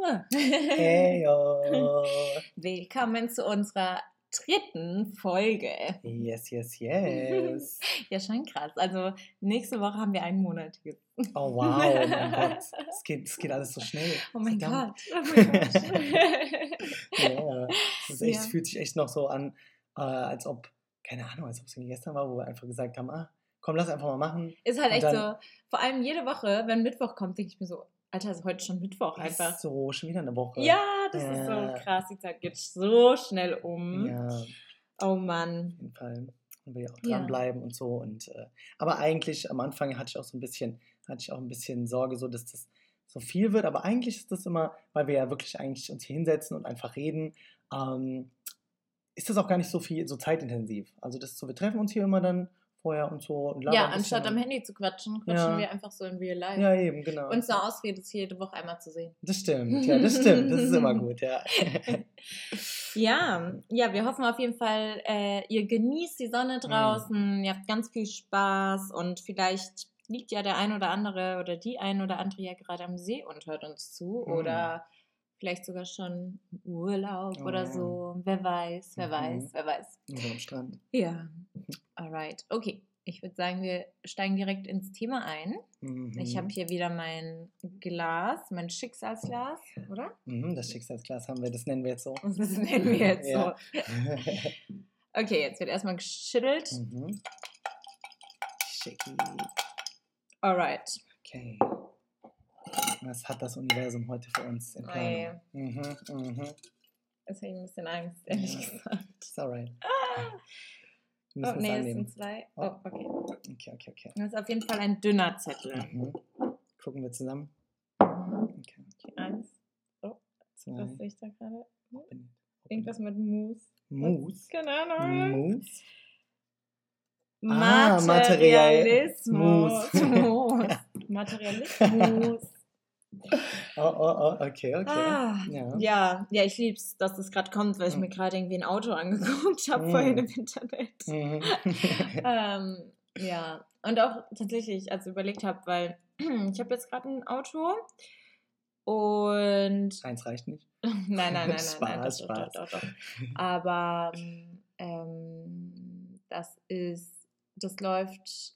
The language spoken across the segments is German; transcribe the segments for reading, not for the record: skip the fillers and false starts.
Heyo. Willkommen zu unserer 3. Folge. Yes. Ja, schon krass. Also nächste Woche haben wir einen Monat hier. Oh wow, oh mein Gott. Es geht alles so schnell. Oh mein Verdammt. Gott. Ja, es Ja. fühlt sich echt noch so an, als ob, keine Ahnung, als ob es gestern war, wo wir einfach gesagt haben, komm, lass einfach mal machen. Ist halt Und echt dann- so, vor allem jede Woche, wenn Mittwoch kommt, denke ich mir so, Alter, ist heute schon Mittwoch einfach. Ist so, schon wieder eine Woche. Ja, das ist so krass. Die Zeit geht so schnell um. Ja, auf Oh Mann. jeden Fall. Und will ja auch Ja. dranbleiben und so. Aber eigentlich am Anfang hatte ich auch ein bisschen Sorge, so dass das so viel wird. Aber eigentlich ist das immer, weil wir ja wirklich eigentlich uns hier hinsetzen und einfach reden, ist das auch gar nicht so viel, so zeitintensiv. Also das ist so, wir treffen uns hier immer dann vorher und so und labern Ja, ein bisschen anstatt am und- Handy zu quatschen Ja. wir einfach so in real life. Ja, eben, genau. Und so Ausrede ist jede Woche einmal zu sehen. Das stimmt, ja, das stimmt. Das ist immer gut, ja. Ja, wir hoffen auf jeden Fall, ihr genießt die Sonne draußen, ihr habt ganz viel Spaß und vielleicht liegt ja der ein oder andere oder die ein oder andere ja gerade am See und hört uns zu oder vielleicht sogar schon im Urlaub Oh, oder ja. so. Wer weiß. So am Strand. Ja, alright. Okay, ich würde sagen, wir steigen direkt ins Thema ein. Mhm. Ich habe hier wieder mein Glas, mein Schicksalsglas, oder? Das Schicksalsglas haben wir, das nennen wir jetzt so. Das nennen wir jetzt Ja. so. Okay, jetzt wird erstmal geschüttelt. Schicki. Alright. Okay. Was hat das Universum heute für uns in Planung? Jetzt habe ich ein bisschen Angst, ehrlich gesagt. Ist alright. Wir Oh, müssen es nee, es annehmen. sind 2. Oh, okay. Okay. Das ist auf jeden Fall ein dünner Zettel. Gucken wir zusammen. Okay, Okay. 1. Was 2. sehe ich da gerade? Open. Irgendwas mit Mousse. Mousse. Keine Ahnung. Mousse. Materialismus. Materialismus. Oh, okay. Ja, ich lieb's, dass das gerade kommt, weil ich mir gerade irgendwie ein Auto angeguckt habe vorhin im Internet. Ja, und auch tatsächlich, als ich überlegt habe, weil ich habe jetzt gerade ein Auto und Eins reicht nicht. nein, Spaß. doch. Aber das läuft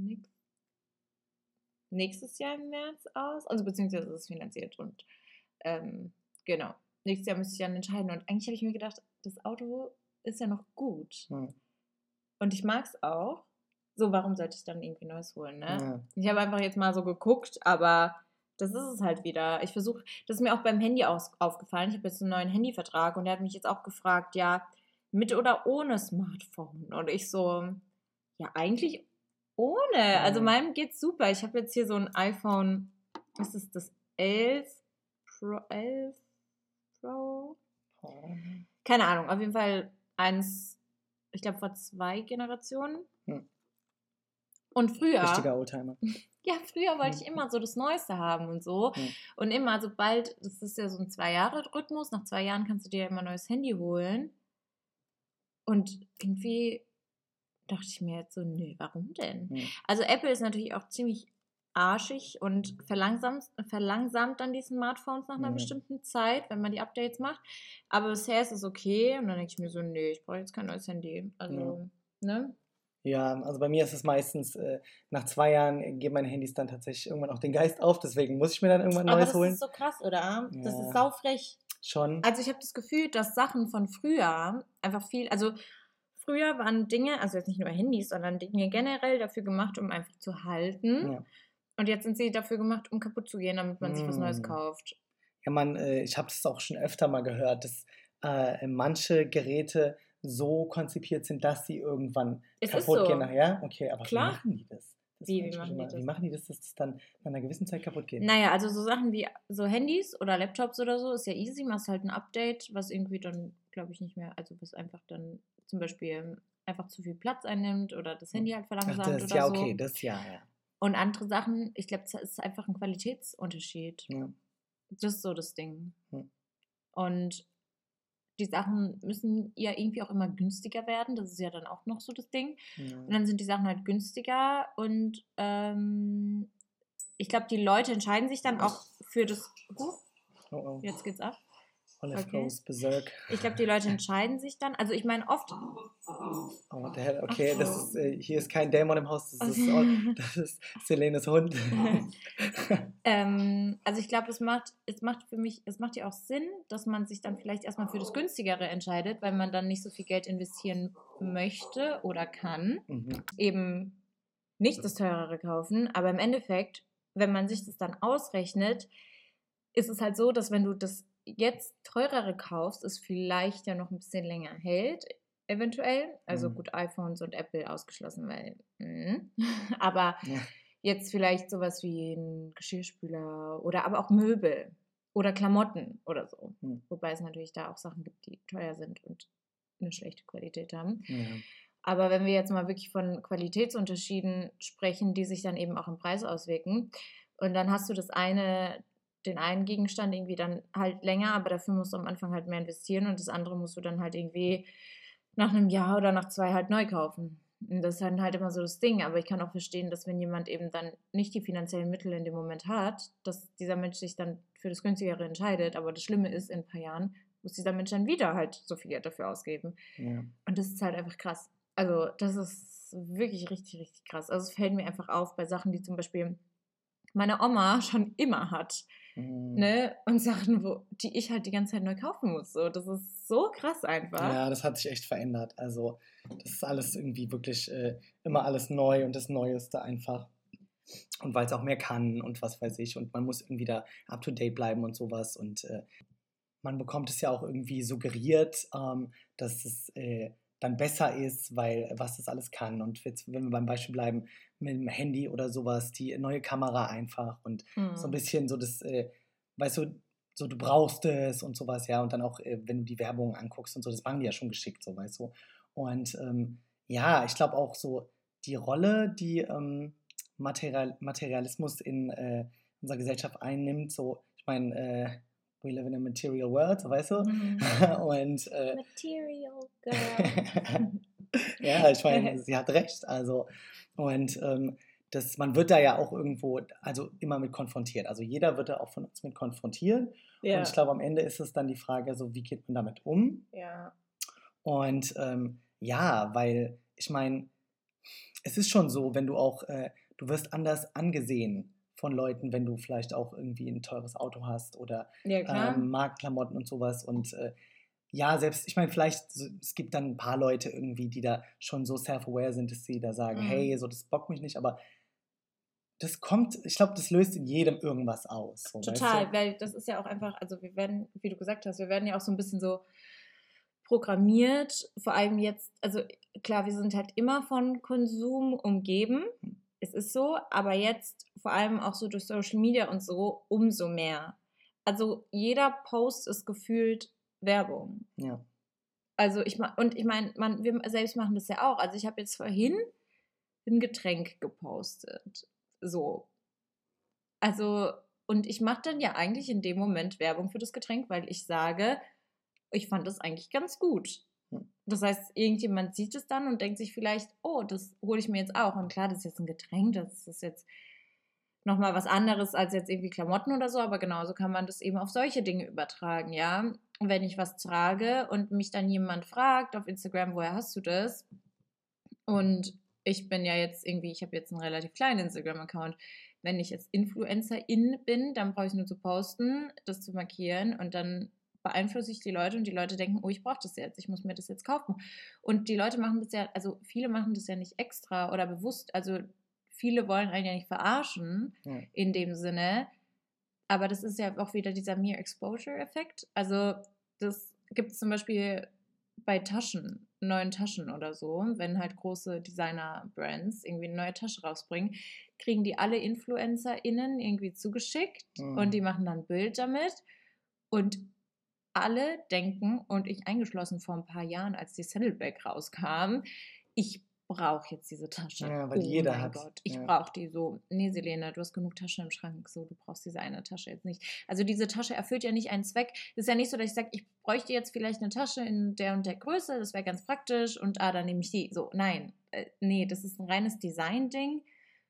nächstes Jahr im März aus, also beziehungsweise ist es finanziert und genau, nächstes Jahr müsste ich dann entscheiden und eigentlich habe ich mir gedacht, das Auto ist ja noch gut und ich mag es auch, so warum sollte ich dann irgendwie Neues holen, ne? Ja. Ich habe einfach jetzt mal so geguckt, aber das ist es halt wieder. Ich versuche, das ist mir auch beim Handy aufgefallen, ich habe jetzt einen neuen Handyvertrag und der hat mich jetzt auch gefragt, ja, mit oder ohne Smartphone und ich so, ja, eigentlich ohne. Also meinem geht's super. Ich habe jetzt hier so ein iPhone, was ist das, 11 Pro? Keine Ahnung, auf jeden Fall eins, ich glaube vor 2 Generationen. Und früher... Richtiger Oldtimer. Ja, früher wollte ich immer so das Neueste haben und so. Und immer, sobald, das ist ja so ein 2-Jahre-Rhythmus, nach 2 Jahren kannst du dir ja immer ein neues Handy holen. Und irgendwie dachte ich mir jetzt so, nö, warum denn? Also Apple ist natürlich auch ziemlich arschig und verlangsamt dann die Smartphones nach einer bestimmten Zeit, wenn man die Updates macht. Aber bisher ist es okay. Und dann denke ich mir so, nö, ich brauche jetzt kein neues Handy. Also, ne? Ja, also bei mir ist es meistens, nach 2 Jahren geben meine Handys dann tatsächlich irgendwann auch den Geist auf, deswegen muss ich mir dann irgendwann Aber Neues das holen. ist so krass, oder? Das Ja. ist saufrech. Schon. Also ich habe das Gefühl, dass Sachen von früher einfach viel, also früher waren Dinge, also jetzt nicht nur Handys, sondern Dinge generell dafür gemacht, um einfach zu halten. Ja. Und jetzt sind sie dafür gemacht, um kaputt zu gehen, damit man sich was Neues kauft. Ja, ich habe das auch schon öfter mal gehört, dass manche Geräte so konzipiert sind, dass sie irgendwann Es ist kaputt so. gehen nachher. Okay, aber Klar. wie machen die das? Wie frage ich mich machen die immer. das? Wie machen die das, dass das dann nach einer gewissen Zeit kaputt geht? Naja, also so Sachen wie so Handys oder Laptops oder so ist ja easy, machst halt ein Update, was irgendwie dann, glaube ich, nicht mehr, also was einfach dann zum Beispiel einfach zu viel Platz einnimmt oder das Handy halt verlangsamt Ach, das, oder ja, so. okay, das ja. Und andere Sachen, ich glaube, es ist einfach ein Qualitätsunterschied. Ja. Das ist so das Ding. Und die Sachen müssen ja irgendwie auch immer günstiger werden. Das ist ja dann auch noch so das Ding. Ja. Und dann sind die Sachen halt günstiger. Und ich glaube, die Leute entscheiden sich dann auch für das... Oh, oh. Jetzt geht's ab. Olive Okay. goes berserk. Ich glaube, die Leute entscheiden sich dann. Also ich meine oft. Oh, what the hell? Okay, Ach das so. ist, hier ist kein Dämon im Haus, das ist Selenes Hund. Also ich glaube, es macht ja auch Sinn, dass man sich dann vielleicht erstmal für das Günstigere entscheidet, weil man dann nicht so viel Geld investieren möchte oder kann. Eben nicht das Teurere kaufen, aber im Endeffekt, wenn man sich das dann ausrechnet, ist es halt so, dass wenn du das jetzt Teurere kaufst, es vielleicht ja noch ein bisschen länger hält, eventuell. Also gut, iPhones und Apple ausgeschlossen, weil aber jetzt vielleicht sowas wie ein Geschirrspüler oder aber auch Möbel oder Klamotten oder so. Wobei es natürlich da auch Sachen gibt, die teuer sind und eine schlechte Qualität haben. Ja. Aber wenn wir jetzt mal wirklich von Qualitätsunterschieden sprechen, die sich dann eben auch im Preis auswirken, und dann hast du den einen Gegenstand irgendwie dann halt länger, aber dafür musst du am Anfang halt mehr investieren und das andere musst du dann halt irgendwie nach einem Jahr oder nach 2 halt neu kaufen. Und das ist dann halt immer so das Ding. Aber ich kann auch verstehen, dass wenn jemand eben dann nicht die finanziellen Mittel in dem Moment hat, dass dieser Mensch sich dann für das Günstigere entscheidet. Aber das Schlimme ist, in ein paar Jahren muss dieser Mensch dann wieder halt so viel Geld dafür ausgeben. Ja. Und das ist halt einfach krass. Also das ist wirklich richtig, richtig krass. Also es fällt mir einfach auf bei Sachen, die zum Beispiel meine Oma schon immer hat. Ne? Und Sachen, die ich halt die ganze Zeit neu kaufen muss. So, das ist so krass einfach. Ja, das hat sich echt verändert. Also das ist alles irgendwie wirklich immer alles neu und das Neueste einfach. Und weil es auch mehr kann und was weiß ich. Und man muss irgendwie da up-to-date bleiben und sowas. Und man bekommt es ja auch irgendwie suggeriert, dass es dann besser ist, weil was das alles kann. Und jetzt, wenn wir beim Beispiel bleiben, mit dem Handy oder sowas, die neue Kamera einfach und so ein bisschen so das, weißt du, so du brauchst es und sowas, ja. Und dann auch, wenn du die Werbung anguckst und so, das machen die ja schon geschickt, so, weißt du. Und ja, ich glaube auch so die Rolle, die Materialismus in unserer Gesellschaft einnimmt, so, ich meine, we live in a material world, so, weißt du? Und Material Girl. ja, ich meine, sie hat recht, also und man wird da ja auch irgendwo, also immer mit konfrontiert. Also jeder wird da auch von uns mit konfrontiert. Ja. Und ich glaube, am Ende ist es dann die Frage, so wie geht man damit um? Ja. Und ja, weil ich meine, es ist schon so, wenn du auch, du wirst anders angesehen von Leuten, wenn du vielleicht auch irgendwie ein teures Auto hast oder Markenklamotten und sowas. Und ja, selbst, ich meine, vielleicht, es gibt dann ein paar Leute irgendwie, die da schon so self-aware sind, dass sie da sagen, hey, so, das bockt mich nicht, aber das kommt, ich glaube, das löst in jedem irgendwas aus. So, total, weißt du? weil das ist ja auch einfach, also wir werden, wie du gesagt hast, wir werden ja auch so ein bisschen so programmiert, vor allem jetzt, also klar, wir sind halt immer von Konsum umgeben, es ist so, aber jetzt vor allem auch so durch Social Media und so umso mehr. Also jeder Post ist gefühlt Werbung. Ja. Also ich meine, wir selbst machen das ja auch. Also ich habe jetzt vorhin ein Getränk gepostet. So. Also, und ich mache dann ja eigentlich in dem Moment Werbung für das Getränk, weil ich sage, ich fand das eigentlich ganz gut. Das heißt, irgendjemand sieht es dann und denkt sich vielleicht, oh, das hole ich mir jetzt auch. Und klar, das ist jetzt ein Getränk, das ist jetzt nochmal was anderes als jetzt irgendwie Klamotten oder so, aber genauso kann man das eben auf solche Dinge übertragen, ja. Und wenn ich was trage und mich dann jemand fragt auf Instagram, woher hast du das? Und ich bin ja jetzt irgendwie, ich habe jetzt einen relativ kleinen Instagram-Account. Wenn ich jetzt Influencerin bin, dann brauche ich nur zu posten, das zu markieren und dann beeinflusse ich die Leute und die Leute denken, oh, ich brauche das jetzt, ich muss mir das jetzt kaufen. Und die Leute machen das ja, also viele machen das ja nicht extra oder bewusst, also viele wollen einen ja nicht verarschen in dem Sinne, aber das ist ja auch wieder dieser Mere Exposure-Effekt. Also das gibt es zum Beispiel bei Taschen, neuen Taschen oder so, wenn halt große Designer-Brands irgendwie eine neue Tasche rausbringen, kriegen die alle InfluencerInnen irgendwie zugeschickt und die machen dann ein Bild damit und alle denken, und ich eingeschlossen vor ein paar Jahren, als die Saddleback rauskam, ich brauche jetzt diese Tasche. Ja, weil jeder mein hat. Gott, ich brauche die so. Nee, Selene, du hast genug Taschen im Schrank, so, du brauchst diese eine Tasche jetzt nicht. Also diese Tasche erfüllt ja nicht einen Zweck. Es ist ja nicht so, dass ich sage, ich bräuchte jetzt vielleicht eine Tasche in der und der Größe, das wäre ganz praktisch und dann nehme ich die. So, nein, nee, das ist ein reines Design-Ding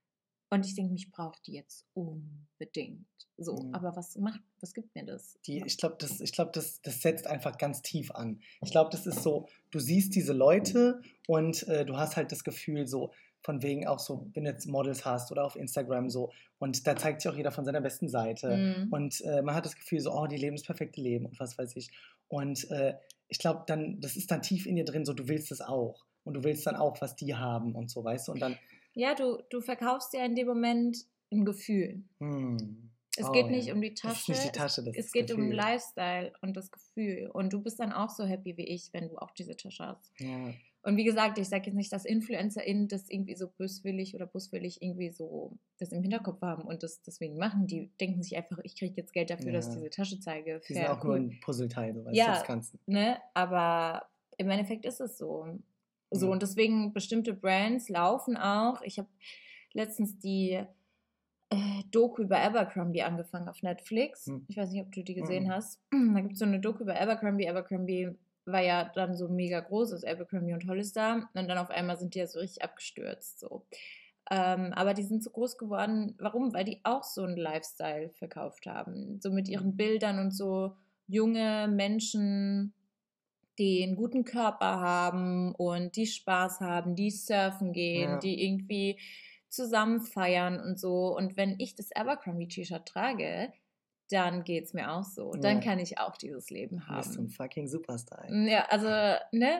Und ich denke, mich braucht die jetzt unbedingt. So, aber was gibt mir das? Ich glaube, das setzt einfach ganz tief an. Ich glaube, das ist so, du siehst diese Leute und du hast halt das Gefühl so, von wegen auch so, wenn du jetzt Models hast oder auf Instagram so und da zeigt sich auch jeder von seiner besten Seite und man hat das Gefühl so, oh, die leben das perfekte Leben und was weiß ich. Und ich glaube dann, das ist dann tief in dir drin, so du willst es auch und du willst dann auch, was die haben und so, weißt du, und dann... Ja, du verkaufst ja in dem Moment ein Gefühl. Es geht nicht um die Tasche, es geht um Lifestyle und das Gefühl. Und du bist dann auch so happy wie ich, wenn du auch diese Tasche hast. Ja. Und wie gesagt, ich sage jetzt nicht, dass InfluencerInnen das irgendwie so böswillig oder böswillig irgendwie so das im Hinterkopf haben und das deswegen machen. Die denken sich einfach, ich kriege jetzt Geld dafür, dass ich diese Tasche zeige. Die sind auch nur ein Puzzleteil, so weißt du, das kannst du. Ne? Aber im Endeffekt ist es so. So, und deswegen bestimmte Brands laufen auch. Ich habe letztens die Doku über Abercrombie angefangen auf Netflix. Ich weiß nicht, ob du die gesehen hast. Da gibt es so eine Doku über Abercrombie. Abercrombie war ja dann so mega groß, also Abercrombie und Hollister. Und dann auf einmal sind die ja so richtig abgestürzt. So. Aber die sind so groß geworden. Warum? Weil die auch so einen Lifestyle verkauft haben. So mit ihren Bildern und so junge Menschen, die einen guten Körper haben und die Spaß haben, die surfen gehen, die irgendwie zusammen feiern und so. Und wenn ich das Abercrombie-T-Shirt trage, dann geht's mir auch so. Dann kann ich auch dieses Leben haben. Du bist ein fucking Superstar. Ja, also, ne?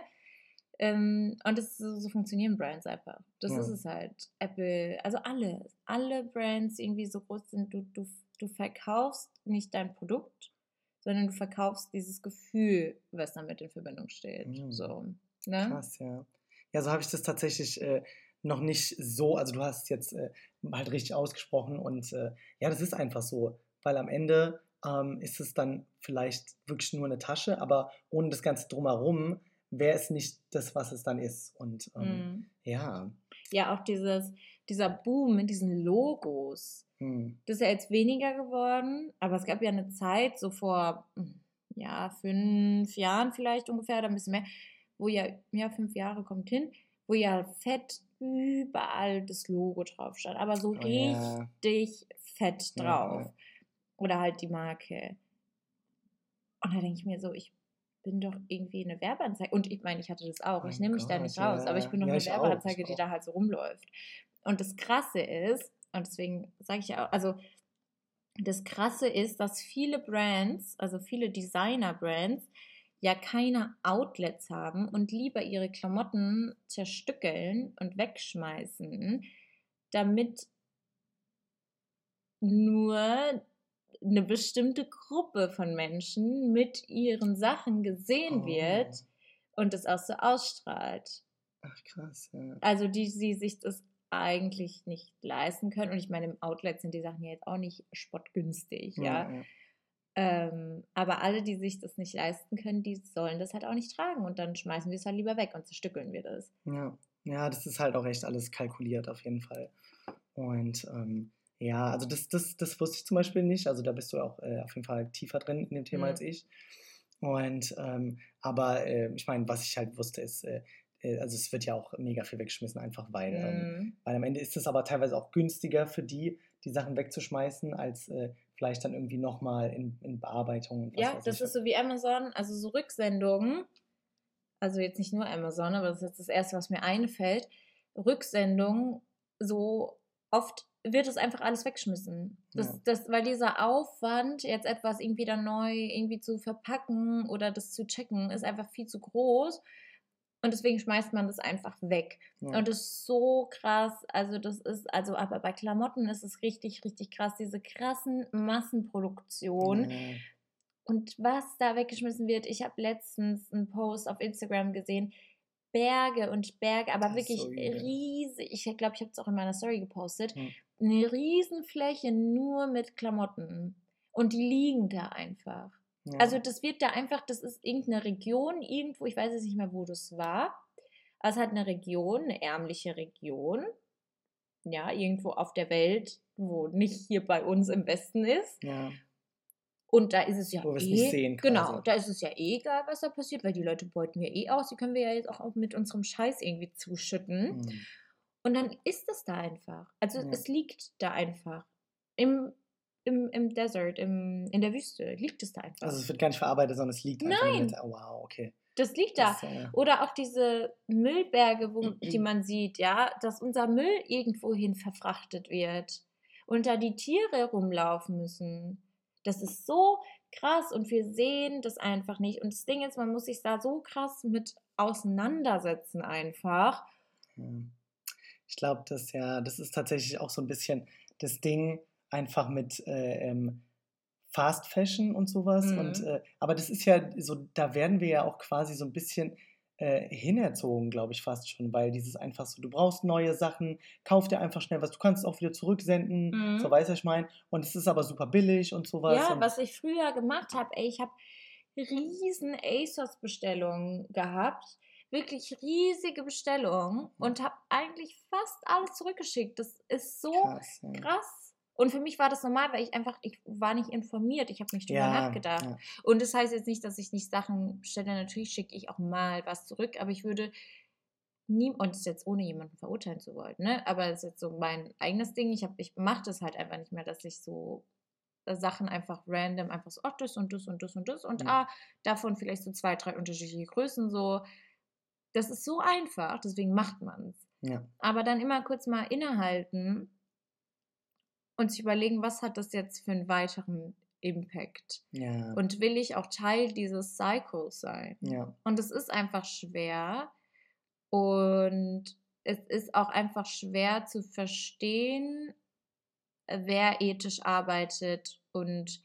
Und so funktionieren Brands einfach. Das ist es halt. Apple, also alle Brands irgendwie so groß sind, du verkaufst nicht dein Produkt, sondern du verkaufst dieses Gefühl, was damit in Verbindung steht. So, ne? Krass, ja. Ja, so habe ich das tatsächlich noch nicht so, also du hast es jetzt halt richtig ausgesprochen und ja, das ist einfach so, weil am Ende ist es dann vielleicht wirklich nur eine Tasche, aber ohne das Ganze drumherum wäre es nicht das, was es dann ist. Und ja. Ja, auch dieser Boom mit diesen Logos. Das ist ja jetzt weniger geworden, aber es gab ja eine Zeit, so vor 5 Jahren vielleicht ungefähr, oder ein bisschen mehr, wo ja 5 Jahre kommt hin, wo ja fett überall das Logo drauf stand, aber so richtig fett drauf. Ja. Oder halt die Marke. Und da denke ich mir so, ich bin doch irgendwie eine Werbeanzeige. Und ich meine, ich hatte das auch. Ich nehme mich da nicht raus, aber ich bin doch eine Werbeanzeige, die da halt so rumläuft. Und das Krasse ist, und deswegen sage ich ja auch, also das Krasse ist, dass viele Brands, also viele Designer-Brands, ja keine Outlets haben und lieber ihre Klamotten zerstückeln und wegschmeißen, damit nur eine bestimmte Gruppe von Menschen mit ihren Sachen gesehen wird und es auch so ausstrahlt. Ach krass, ja. Also die sich das eigentlich nicht leisten können. Und ich meine, im Outlet sind die Sachen ja jetzt auch nicht spottgünstig, ja. Aber alle, die sich das nicht leisten können, die sollen das halt auch nicht tragen. Und dann schmeißen wir es halt lieber weg und zerstückeln wir das. Ja, das ist halt auch echt alles kalkuliert auf jeden Fall. Und ja, also das wusste ich zum Beispiel nicht. Also da bist du auch auf jeden Fall tiefer drin in dem Thema als ich. Und aber ich meine, was ich halt wusste ist, also es wird ja auch mega viel weggeschmissen, einfach weil am Ende ist es aber teilweise auch günstiger für die Sachen wegzuschmeißen, als vielleicht dann irgendwie nochmal in Bearbeitung. Ja, das ist so wie Amazon, also so Rücksendungen, also jetzt nicht nur Amazon, aber das ist jetzt das Erste, was mir einfällt, Rücksendungen, so oft wird es einfach alles weggeschmissen. Weil dieser Aufwand, jetzt etwas irgendwie dann neu irgendwie zu verpacken oder das zu checken, ist einfach viel zu groß. Und deswegen schmeißt man das einfach weg. Ja. Und das ist so krass. Aber bei Klamotten ist es richtig, richtig krass. Diese krassen Massenproduktion. Ja. Und was da weggeschmissen wird. Ich habe letztens einen Post auf Instagram gesehen. Berge und Berge, aber wirklich so riesig. Ich glaube, ich habe es auch in meiner Story gepostet. Eine Riesenfläche nur mit Klamotten. Und die liegen da einfach. Ja. Also das wird da einfach, das ist irgendeine Region, irgendwo, ich weiß jetzt nicht mehr, wo das war, aber es hat eine Region, eine ärmliche Region, ja, irgendwo auf der Welt, wo nicht hier bei uns im Westen ist. Ja. Und da ist es ja wo wir es nicht sehen quasi. Genau, da ist es ja egal, was da passiert, weil die Leute beuten wir aus, die können wir ja jetzt auch mit unserem Scheiß irgendwie zuschütten. Und dann ist es da einfach. Also Ja. es liegt da einfach. Im Desert, in der Wüste liegt es da einfach. Also es wird gar nicht verarbeitet, sondern es liegt einfach Nein. Oh, wow, okay. Das liegt da. Oder auch diese Müllberge, die man sieht, ja, dass unser Müll irgendwohin verfrachtet wird und da die Tiere rumlaufen müssen. Das ist so krass und wir sehen das einfach nicht. Und das Ding ist, man muss sich da so krass mit auseinandersetzen einfach. Ich glaube, das ist tatsächlich auch so ein bisschen das Ding einfach mit Fast Fashion und sowas. Und, aber das ist ja so, da werden wir ja auch quasi so ein bisschen hinerzogen, glaube ich fast schon, weil dieses einfach so, du brauchst neue Sachen, kauf dir einfach schnell was, du kannst es auch wieder zurücksenden, so weißt du, was ich meine. Und es ist aber super billig und sowas. Ja, und was ich früher gemacht habe, ich habe riesen ASOS-Bestellungen gehabt, wirklich riesige Bestellungen und habe eigentlich fast alles zurückgeschickt. Das ist so krass. Und für mich war das normal, weil ich war nicht informiert, ich habe nicht drüber nachgedacht. Ja. Und das heißt jetzt nicht, dass ich nicht Sachen bestelle, natürlich schicke ich auch mal was zurück, aber ich würde nie, und das ist jetzt ohne jemanden verurteilen zu wollen, ne? Aber das ist jetzt so mein eigenes Ding, ich mache das halt einfach nicht mehr, dass ich so Sachen einfach random, einfach so, ach, das und das und das und das und davon vielleicht so 2, 3 unterschiedliche Größen so. Das ist so einfach, deswegen macht man es. Ja. Aber dann immer kurz mal innehalten und sich überlegen, was hat das jetzt für einen weiteren Impact? Ja. Und will ich auch Teil dieses Cycles sein? Ja. Und es ist einfach schwer und es ist auch einfach schwer zu verstehen, wer ethisch arbeitet und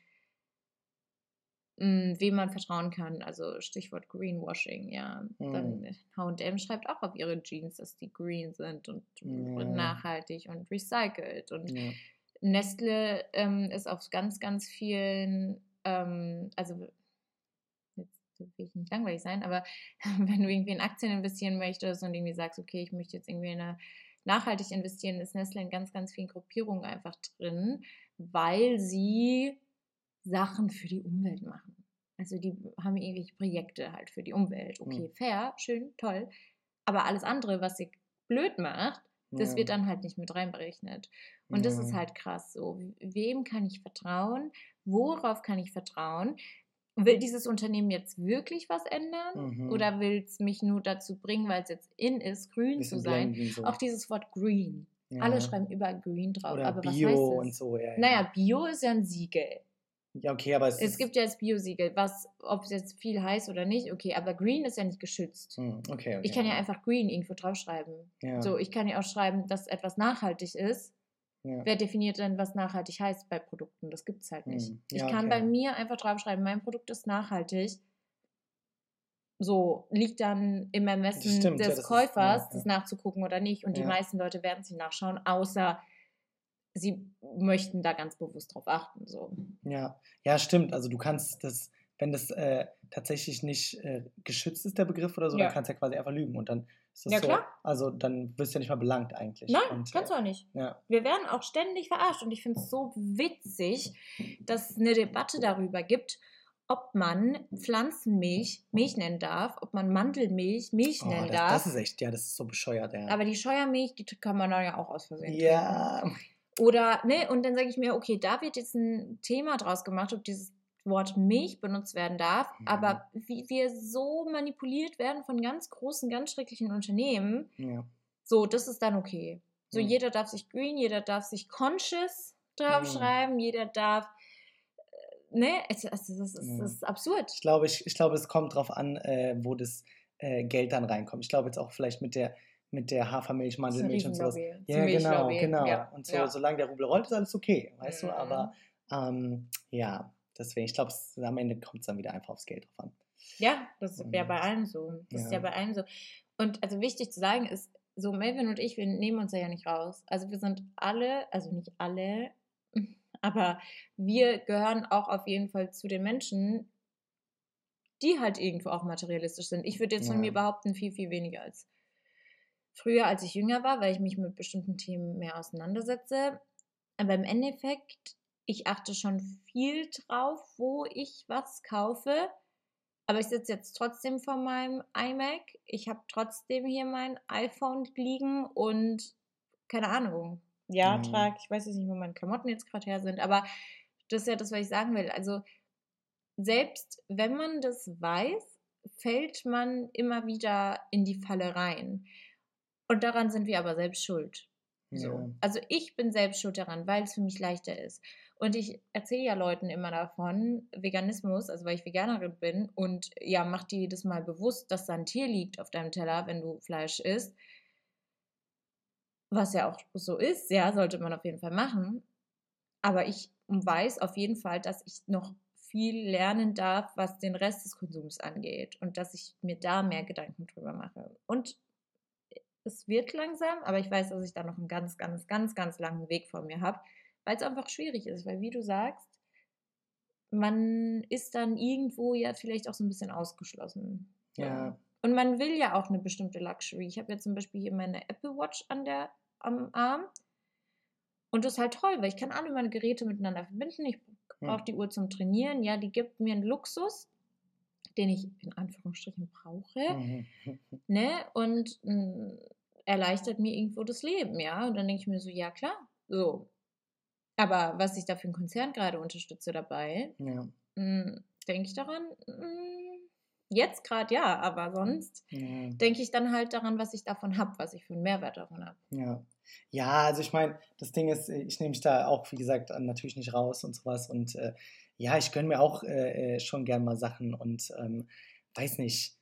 wem man vertrauen kann. Also Stichwort Greenwashing, ja. Dann H&M schreibt auch auf ihre Jeans, dass die green sind und nachhaltig und recycelt. Und Nestle ist auf ganz, ganz vielen, also jetzt will ich nicht langweilig sein, aber wenn du irgendwie in Aktien investieren möchtest und irgendwie sagst, okay, ich möchte jetzt irgendwie nachhaltig investieren, ist Nestle in ganz, ganz vielen Gruppierungen einfach drin, weil sie Sachen für die Umwelt machen. Also die haben irgendwelche Projekte halt für die Umwelt. Okay, fair, schön, toll. Aber alles andere, was sie blöd macht, das wird dann halt nicht mit reinberechnet. Und das ist halt krass so. Wem kann ich vertrauen? Worauf kann ich vertrauen? Will dieses Unternehmen jetzt wirklich was ändern? Oder will es mich nur dazu bringen, weil es jetzt in ist, grün zu sein? So. Auch dieses Wort green. Ja. Alle schreiben überall green drauf. Oder aber Bio was heißt es? Und so. Ja, naja, Bio ist ja ein Siegel. Ja, okay, aber es gibt ja das Bio-Siegel, ob es jetzt viel heißt oder nicht, okay, aber Green ist ja nicht geschützt. Okay. Ich kann ja einfach Green irgendwo draufschreiben. Ja. So, ich kann ja auch schreiben, dass etwas nachhaltig ist. Ja. Wer definiert denn, was nachhaltig heißt bei Produkten? Das gibt es halt nicht. Ja, ich kann bei mir einfach draufschreiben, mein Produkt ist nachhaltig. So, liegt dann im Ermessen des Käufers, das nachzugucken oder nicht. Und die meisten Leute werden es nicht nachschauen, außer sie möchten da ganz bewusst drauf achten. So. Ja, stimmt. Also du kannst das, wenn das tatsächlich nicht geschützt ist, der Begriff oder so, dann kannst du ja quasi einfach lügen. Und dann ist das so, klar. Also dann wirst du ja nicht mal belangt eigentlich. Nein, kannst du auch nicht. Ja. Wir werden auch ständig verarscht. Und ich finde es so witzig, dass es eine Debatte darüber gibt, ob man Pflanzenmilch Milch nennen darf, ob man Mandelmilch Milch nennen darf. Das ist echt, das ist so bescheuert. Ja. Aber die Scheuermilch, die kann man da ja auch aus Versehen trinken. Oder, ne, und dann sage ich mir, okay, da wird jetzt ein Thema draus gemacht, ob dieses Wort Milch benutzt werden darf, aber wie wir so manipuliert werden von ganz großen, ganz schrecklichen Unternehmen, so, das ist dann okay. So, jeder darf sich green, jeder darf sich conscious draufschreiben, jeder darf, ne, das ist absurd. Ich glaube, es kommt drauf an, wo das Geld dann reinkommt. Ich glaube jetzt auch vielleicht mit der Hafermilch, Mandelmilch und sowas. Ja, genau. Ja. Und so, solange der Rubel rollt, ist alles okay, weißt du? Aber deswegen, ich glaube, am Ende kommt es dann wieder einfach aufs Geld drauf an. Ja, das ist ja bei allen so. Das ist ja bei allen so. Und also wichtig zu sagen ist, so Melvin und ich, wir nehmen uns ja nicht raus. Also wir sind alle, also nicht alle, aber wir gehören auch auf jeden Fall zu den Menschen, die halt irgendwo auch materialistisch sind. Ich würde jetzt von mir behaupten, viel, viel weniger als früher, als ich jünger war, weil ich mich mit bestimmten Themen mehr auseinandersetze. Aber im Endeffekt, ich achte schon viel drauf, wo ich was kaufe. Aber ich sitze jetzt trotzdem vor meinem iMac. Ich habe trotzdem hier mein iPhone liegen und keine Ahnung, ja, trage, ich weiß jetzt nicht, wo meine Klamotten jetzt gerade her sind, aber das ist ja das, was ich sagen will. Also selbst wenn man das weiß, fällt man immer wieder in die Falle rein. Und daran sind wir aber selbst schuld. So. Ja. Also ich bin selbst schuld daran, weil es für mich leichter ist. Und ich erzähle ja Leuten immer davon, Veganismus, also weil ich Veganerin bin, und ja, mach dir jedes Mal bewusst, dass da ein Tier liegt auf deinem Teller, wenn du Fleisch isst. Was ja auch so ist, ja, sollte man auf jeden Fall machen. Aber ich weiß auf jeden Fall, dass ich noch viel lernen darf, was den Rest des Konsums angeht. Und dass ich mir da mehr Gedanken drüber mache. Und es wird langsam, aber ich weiß, dass ich da noch einen ganz, ganz, ganz, ganz langen Weg vor mir habe, weil es einfach schwierig ist. Weil, wie du sagst, man ist dann irgendwo ja vielleicht auch so ein bisschen ausgeschlossen. Ja. Und man will ja auch eine bestimmte Luxury. Ich habe ja zum Beispiel hier meine Apple Watch am Arm. Und das ist halt toll, weil ich kann alle meine Geräte miteinander verbinden. Ich brauche die Uhr zum Trainieren. Ja, die gibt mir einen Luxus, den ich in Anführungsstrichen brauche. Ne? Und erleichtert mir irgendwo das Leben, ja. Und dann denke ich mir so, ja klar, so. Aber was ich da für einen Konzern gerade unterstütze dabei, denke ich daran, jetzt gerade ja, aber sonst denke ich dann halt daran, was ich davon habe, was ich für einen Mehrwert davon habe. Ja, also ich meine, das Ding ist, ich nehme mich da auch, wie gesagt, natürlich nicht raus und sowas. Und ja, ich gönne mir auch schon gern mal Sachen und weiß nicht.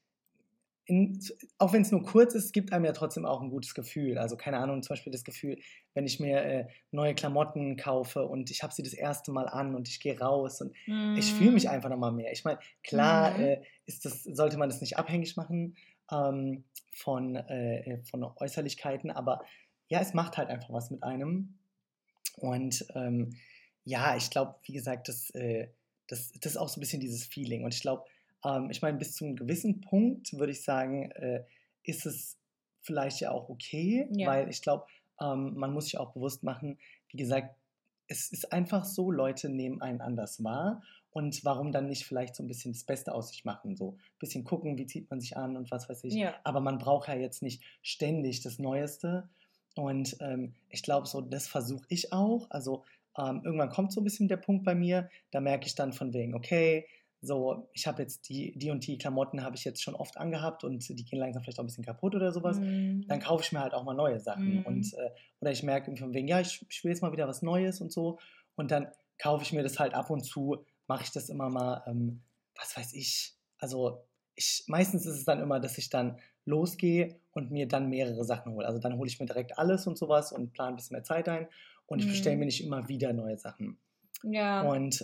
Auch wenn es nur kurz ist, gibt einem ja trotzdem auch ein gutes Gefühl. Also keine Ahnung, zum Beispiel das Gefühl, wenn ich mir neue Klamotten kaufe und ich habe sie das erste Mal an und ich gehe raus und ich fühle mich einfach nochmal mehr. Ich meine, klar sollte man das nicht abhängig machen von Äußerlichkeiten, aber ja, es macht halt einfach was mit einem. Und ja, ich glaube, wie gesagt, das ist auch so ein bisschen dieses Feeling. Und ich glaube, ich meine, bis zu einem gewissen Punkt würde ich sagen, ist es vielleicht ja auch okay, weil ich glaube, man muss sich auch bewusst machen, wie gesagt, es ist einfach so, Leute nehmen einen anders wahr und warum dann nicht vielleicht so ein bisschen das Beste aus sich machen, so ein bisschen gucken, wie zieht man sich an und was weiß ich. Ja. Aber man braucht ja jetzt nicht ständig das Neueste und ich glaube, so das versuche ich auch, also irgendwann kommt so ein bisschen der Punkt bei mir, da merke ich dann von wegen, okay, so, ich habe jetzt die und die Klamotten habe ich jetzt schon oft angehabt und die gehen langsam vielleicht auch ein bisschen kaputt oder sowas. Dann kaufe ich mir halt auch mal neue Sachen. Und, oder ich merke von wegen, ja, ich will jetzt mal wieder was Neues und so. Und dann kaufe ich mir das halt ab und zu, mache ich das immer mal, was weiß ich. Also meistens ist es dann immer, dass ich dann losgehe und mir dann mehrere Sachen hole. Also dann hole ich mir direkt alles und sowas und plane ein bisschen mehr Zeit ein. Und ich bestelle mir nicht immer wieder neue Sachen. Ja. Und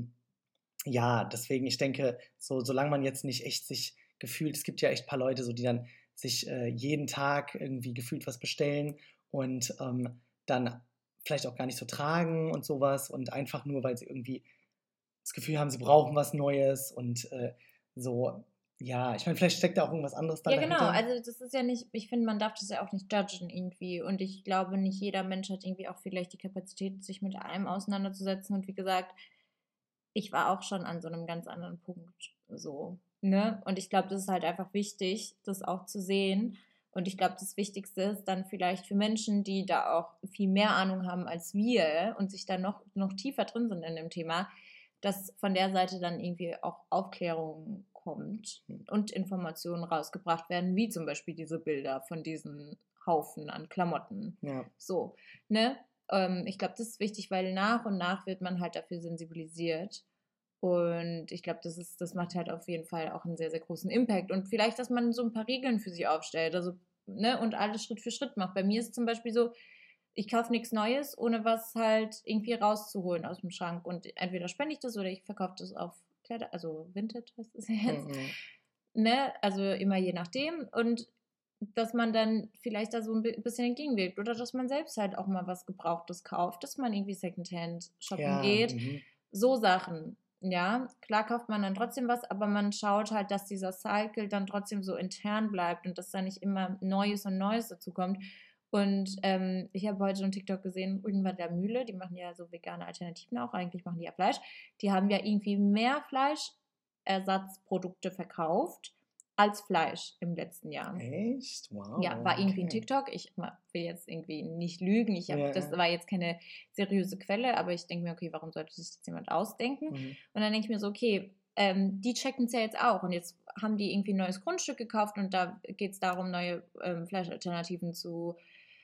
ja, deswegen, ich denke, solange man jetzt nicht echt sich gefühlt, es gibt ja echt ein paar Leute, so, die dann sich jeden Tag irgendwie gefühlt was bestellen und dann vielleicht auch gar nicht so tragen und sowas und einfach nur, weil sie irgendwie das Gefühl haben, sie brauchen was Neues und so, ja, ich meine, vielleicht steckt da auch irgendwas anderes dann dahinter. Ja, genau, also das ist ja nicht, ich finde, man darf das ja auch nicht judgen irgendwie und ich glaube, nicht jeder Mensch hat irgendwie auch vielleicht die Kapazität, sich mit allem auseinanderzusetzen und wie gesagt, ich war auch schon an so einem ganz anderen Punkt so, ne? Und ich glaube, das ist halt einfach wichtig, das auch zu sehen. Und ich glaube, das Wichtigste ist dann vielleicht für Menschen, die da auch viel mehr Ahnung haben als wir und sich da noch tiefer drin sind in dem Thema, dass von der Seite dann irgendwie auch Aufklärung kommt und Informationen rausgebracht werden, wie zum Beispiel diese Bilder von diesen Haufen an Klamotten. Ja. So, ne? Ich glaube, das ist wichtig, weil nach und nach wird man halt dafür sensibilisiert. Und ich glaube, das macht halt auf jeden Fall auch einen sehr, sehr großen Impact. Und vielleicht, dass man so ein paar Regeln für sich aufstellt, also, ne, und alles Schritt für Schritt macht. Bei mir ist es zum Beispiel so, ich kaufe nichts Neues, ohne was halt irgendwie rauszuholen aus dem Schrank. Und entweder spende ich das oder ich verkaufe das auf Kleider, also Vintage heißt es jetzt. Ne, also immer je nachdem. Und dass man dann vielleicht da so ein bisschen entgegenwirkt oder dass man selbst halt auch mal was Gebrauchtes kauft, dass man irgendwie Secondhand shoppen geht. So Sachen. Ja, klar kauft man dann trotzdem was, aber man schaut halt, dass dieser Cycle dann trotzdem so intern bleibt und dass da nicht immer Neues und Neues dazu kommt. Und ich habe heute so einen TikTok gesehen, irgendwann der Mühle, die machen ja so vegane Alternativen auch, eigentlich machen die ja Fleisch. Die haben ja irgendwie mehr Fleischersatzprodukte verkauft als Fleisch im letzten Jahr. Echt? Wow. Ja, war irgendwie ein TikTok. Ich will jetzt irgendwie nicht lügen. Das war jetzt keine seriöse Quelle, aber ich denke mir, okay, warum sollte sich das jemand ausdenken? Und dann denke ich mir so, okay, die checken es ja jetzt auch. Und jetzt haben die irgendwie ein neues Grundstück gekauft und da geht es darum, neue Fleischalternativen zu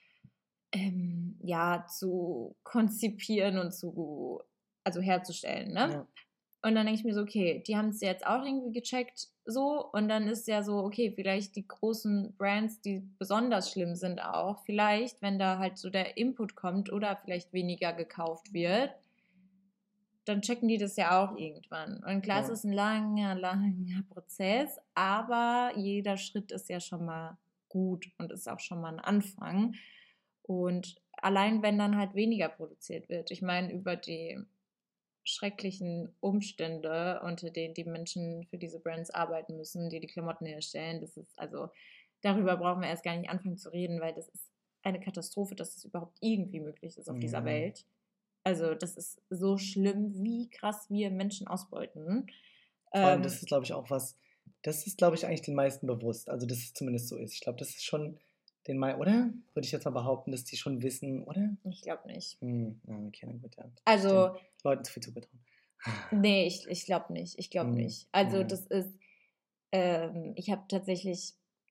konzipieren und herzustellen, ne? Ja. Und dann denke ich mir so, okay, die haben es jetzt auch irgendwie gecheckt, so, und dann ist ja so, okay, vielleicht die großen Brands, die besonders schlimm sind auch, vielleicht, wenn da halt so der Input kommt oder vielleicht weniger gekauft wird, dann checken die das ja auch irgendwann. Und klar, es ist ein langer Prozess, aber jeder Schritt ist ja schon mal gut und ist auch schon mal ein Anfang. Und allein, wenn dann halt weniger produziert wird, ich meine, über die schrecklichen Umstände, unter denen die Menschen für diese Brands arbeiten müssen, die Klamotten herstellen, das ist, also, darüber brauchen wir erst gar nicht anfangen zu reden, weil das ist eine Katastrophe, dass das überhaupt irgendwie möglich ist auf dieser Welt. Also, das ist so schlimm, wie krass wir Menschen ausbeuten. Vor allem, das ist, glaube ich, eigentlich den meisten bewusst, also, dass es zumindest so ist. Ich glaube, das ist schon oder? Würde ich jetzt mal behaupten, dass die schon wissen, oder? Ich glaube nicht. Okay, dann gut, ja. Also, Leuten zu viel zugetrauen. Nee, ich glaube nicht. Ich glaube nicht. Also, das ist, ich habe tatsächlich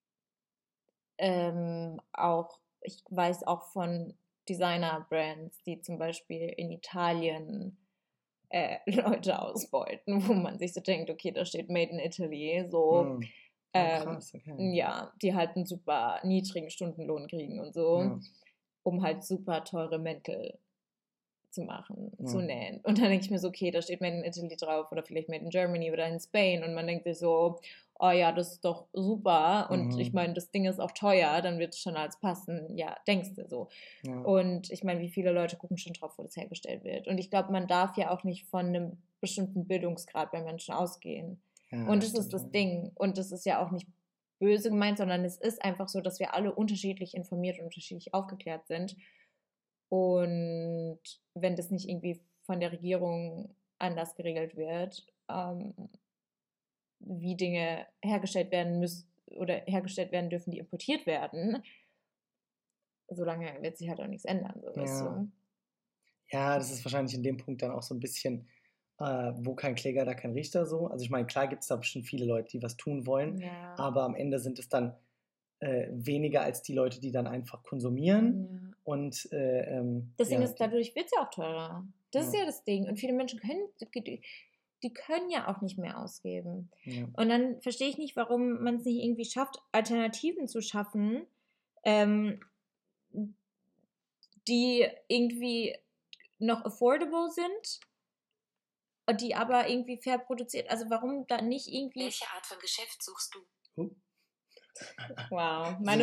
ich weiß auch von Designer-Brands, die zum Beispiel in Italien Leute ausbeuten, wo man sich so denkt, okay, da steht Made in Italy, so. Krass, okay. Ja, die halt einen super niedrigen Stundenlohn kriegen und so, um halt super teure Mäntel zu machen, zu nähen. Und dann denke ich mir so, okay, da steht Made in Italy drauf oder vielleicht Made in Germany oder in Spain und man denkt sich so, oh ja, das ist doch super und ich meine, das Ding ist auch teuer, dann wird es schon als passen, ja, denkst du so. Ja. Und ich meine, wie viele Leute gucken schon drauf, wo das hergestellt wird. Und ich glaube, man darf ja auch nicht von einem bestimmten Bildungsgrad bei Menschen ausgehen. Ja, und das ist das Ding. Und das ist ja auch nicht böse gemeint, sondern es ist einfach so, dass wir alle unterschiedlich informiert und unterschiedlich aufgeklärt sind. Und wenn das nicht irgendwie von der Regierung anders geregelt wird, wie Dinge hergestellt werden müssen oder hergestellt werden dürfen, die importiert werden, solange wird sich halt auch nichts ändern. So, weißt du? Ja, das ist wahrscheinlich in dem Punkt dann auch so ein bisschen, wo kein Kläger, da kein Richter so. Also ich meine, klar gibt es da bestimmt viele Leute, die was tun wollen, aber am Ende sind es dann weniger als die Leute, die dann einfach konsumieren. Ja. Und das Ding ist, dadurch wird es ja auch teurer. Das ist ja das Ding. Und viele Menschen die können ja auch nicht mehr ausgeben. Ja. Und dann verstehe ich nicht, warum man es nicht irgendwie schafft, Alternativen zu schaffen, die irgendwie noch affordable sind, die aber irgendwie fair produziert. Also warum da nicht irgendwie... Welche Art von Geschäft suchst du? Wow, meine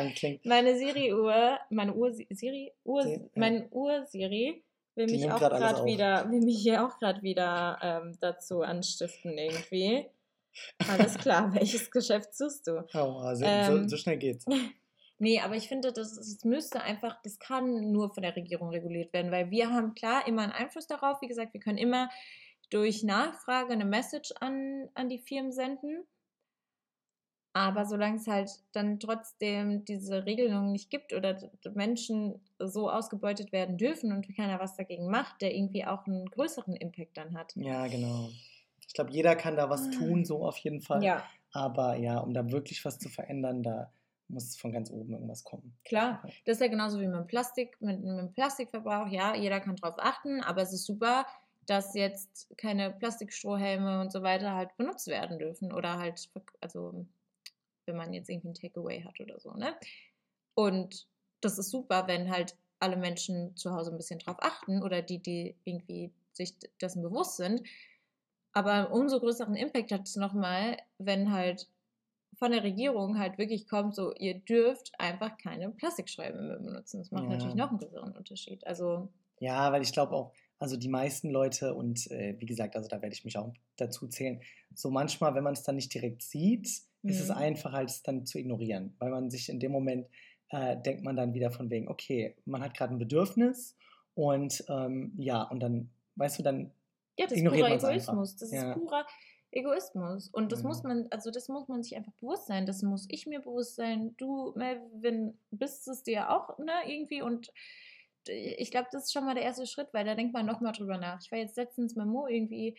Uhr-Siri will mich hier auch gerade wieder dazu anstiften irgendwie. Alles klar, welches Geschäft suchst du? Oh, so schnell geht's. Nee, aber ich finde, das müsste einfach, das kann nur von der Regierung reguliert werden, weil wir haben klar immer einen Einfluss darauf. Wie gesagt, wir können immer durch Nachfrage eine Message an die Firmen senden. Aber solange es halt dann trotzdem diese Regelung nicht gibt oder Menschen so ausgebeutet werden dürfen und keiner was dagegen macht, der irgendwie auch einen größeren Impact dann hat. Ja, genau. Ich glaube, jeder kann da was tun, so auf jeden Fall. Ja. Aber ja, um da wirklich was zu verändern, da muss von ganz oben irgendwas kommen. Klar, das ist ja genauso wie mit dem Plastikverbrauch. Ja, jeder kann drauf achten, aber es ist super, dass jetzt keine Plastikstrohhelme und so weiter halt benutzt werden dürfen oder halt, also wenn man jetzt irgendwie ein Takeaway hat oder so, ne? Und das ist super, wenn halt alle Menschen zu Hause ein bisschen drauf achten oder die irgendwie sich dessen bewusst sind. Aber einen umso größeren Impact hat es nochmal, wenn halt von der Regierung halt wirklich kommt, so, ihr dürft einfach keine Plastikscheiben mehr benutzen. Das macht natürlich noch einen größeren Unterschied. Also ja, weil ich glaube auch, also die meisten Leute und wie gesagt, also da werde ich mich auch dazu zählen, so manchmal, wenn man es dann nicht direkt sieht, ist es einfacher, halt es dann zu ignorieren, weil man sich in dem Moment denkt man dann wieder von wegen, okay, man hat gerade ein Bedürfnis und und dann, weißt du, dann ja, das ist purer Egoismus. Das ist purer Egoismus. Und das muss man sich einfach bewusst sein. Das muss ich mir bewusst sein. Du, Melvin, bist es dir auch, ne, irgendwie. Und ich glaube, das ist schon mal der erste Schritt, weil da denkt man nochmal drüber nach. Ich war jetzt letztens mit Mo irgendwie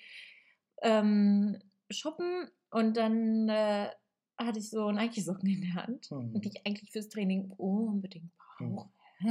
shoppen und dann hatte ich so Nike-Socken in der Hand, die ich eigentlich fürs Training unbedingt brauche.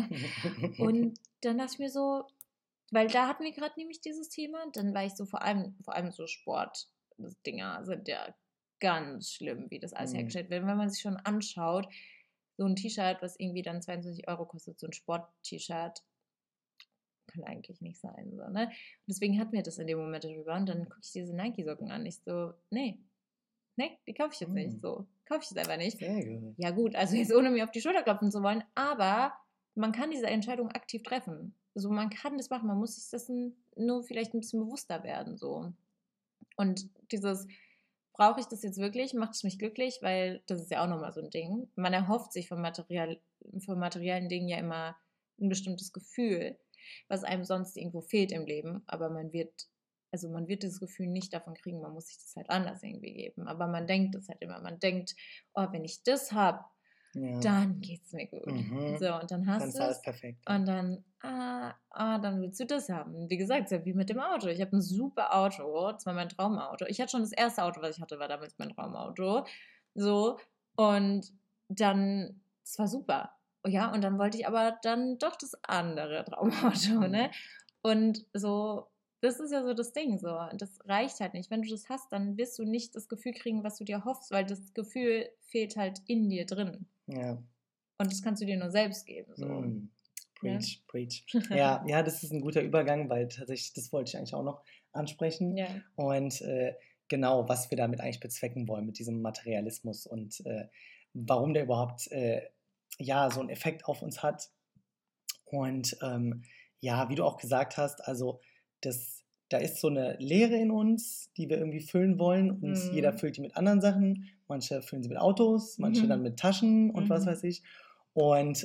Und dann dachte ich mir so, weil da hatten wir gerade nämlich dieses Thema, dann war ich so vor allem so Sportdinger sind ja ganz schlimm, wie das alles hergestellt wird. Wenn man sich schon anschaut, so ein T-Shirt, was irgendwie dann 22 € kostet, so ein Sport-T-Shirt, kann eigentlich nicht sein. So, ne? Und deswegen hatten wir das in dem Moment darüber und dann gucke ich diese Nike-Socken an. Ich so, nee, die kaufe ich jetzt nicht. So, kaufe ich jetzt einfach nicht. Sehr gut. Ja gut, also jetzt ohne mir auf die Schulter klopfen zu wollen, aber man kann diese Entscheidung aktiv treffen. Also man kann das machen, man muss sich dessen nur vielleicht ein bisschen bewusster werden. So. Und dieses, brauche ich das jetzt wirklich? Macht es mich glücklich? Weil das ist ja auch nochmal so ein Ding. Man erhofft sich von materiellen Dingen ja immer ein bestimmtes Gefühl, was einem sonst irgendwo fehlt im Leben. Aber man wird das Gefühl nicht davon kriegen, man muss sich das halt anders irgendwie geben. Aber man denkt es halt immer. Man denkt, oh, wenn ich das habe, dann geht's mir gut. So, und dann hast du es. Perfekt. Und dann, dann willst du das haben. Wie gesagt, es ist ja wie mit dem Auto. Ich habe ein super Auto, das war mein Traumauto. Ich hatte schon das erste Auto, was ich hatte, war damals mein Traumauto. So, und dann, es war super. Ja, und dann wollte ich aber dann doch das andere Traumauto, ne? Und so, das ist ja so das Ding, so. Das reicht halt nicht. Wenn du das hast, dann wirst du nicht das Gefühl kriegen, was du dir hoffst, weil das Gefühl fehlt halt in dir drin. Ja. Und das kannst du dir nur selbst geben, so. Preach. Ja, das ist ein guter Übergang, weil tatsächlich, das wollte ich eigentlich auch noch ansprechen. Ja. Und genau, was wir damit eigentlich bezwecken wollen, mit diesem Materialismus und warum der überhaupt so einen Effekt auf uns hat. Und wie du auch gesagt hast, also da ist so eine Leere in uns, die wir irgendwie füllen wollen und jeder füllt die mit anderen Sachen. Manche füllen sie mit Autos, manche dann mit Taschen und was weiß ich. Und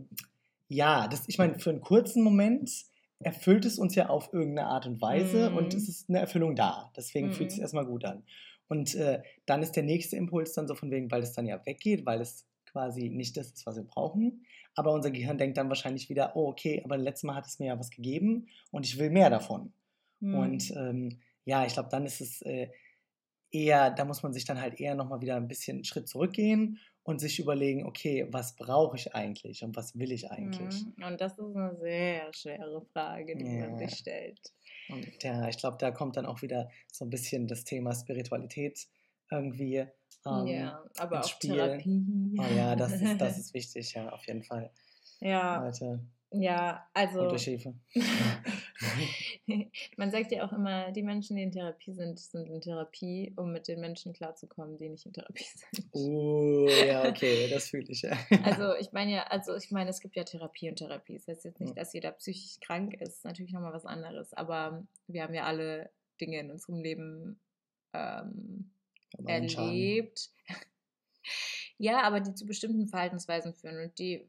ich meine, für einen kurzen Moment erfüllt es uns ja auf irgendeine Art und Weise und es ist eine Erfüllung da. Deswegen fühlt es sich erstmal gut an. Und dann ist der nächste Impuls dann so von wegen, weil es dann ja weggeht, weil es quasi nicht das ist, was wir brauchen. Aber unser Gehirn denkt dann wahrscheinlich wieder, oh okay, aber letztes Mal hat es mir ja was gegeben und ich will mehr davon. Und ich glaube, dann ist es da muss man sich dann halt eher nochmal wieder ein bisschen einen Schritt zurückgehen und sich überlegen, okay, was brauche ich eigentlich und was will ich eigentlich? Und das ist eine sehr schwere Frage, die man sich stellt. Und ich glaube, da kommt dann auch wieder so ein bisschen das Thema Spiritualität irgendwie aber ins auch Spiel. Therapie. Oh ja, das ist wichtig, ja, auf jeden Fall. Ja. Leute, ja, also. und durch Hilfe. Man sagt ja auch immer, die Menschen, die in Therapie sind in Therapie, um mit den Menschen klarzukommen, die nicht in Therapie sind. Ja, okay, das fühle ich, ja. Also ich meine, es gibt ja Therapie und Therapie. Das heißt jetzt nicht, dass jeder psychisch krank ist, natürlich nochmal was anderes, aber wir haben ja alle Dinge in unserem Leben erlebt. Ja, aber die zu bestimmten Verhaltensweisen führen und die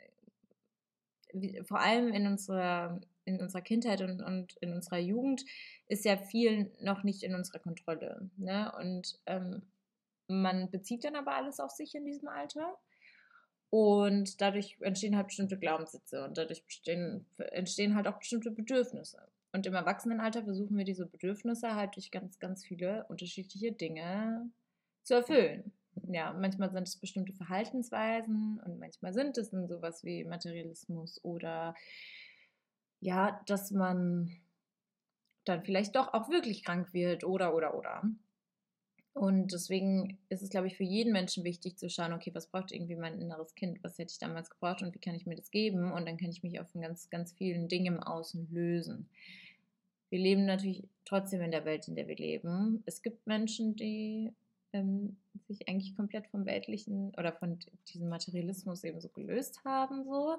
vor allem in unserer Kindheit und in unserer Jugend ist ja viel noch nicht in unserer Kontrolle. Ne? Und man bezieht dann aber alles auf sich in diesem Alter. Und dadurch entstehen halt bestimmte Glaubenssätze und dadurch entstehen halt auch bestimmte Bedürfnisse. Und im Erwachsenenalter versuchen wir diese Bedürfnisse halt durch ganz, ganz viele unterschiedliche Dinge zu erfüllen. Ja, manchmal sind es bestimmte Verhaltensweisen und manchmal sind es dann sowas wie Materialismus oder ja, dass man dann vielleicht doch auch wirklich krank wird oder. Und deswegen ist es, glaube ich, für jeden Menschen wichtig zu schauen, okay, was braucht irgendwie mein inneres Kind, was hätte ich damals gebraucht und wie kann ich mir das geben und dann kann ich mich auch von ganz, ganz vielen Dingen im Außen lösen. Wir leben natürlich trotzdem in der Welt, in der wir leben. Es gibt Menschen, die sich eigentlich komplett vom Weltlichen oder von diesem Materialismus eben so gelöst haben, so.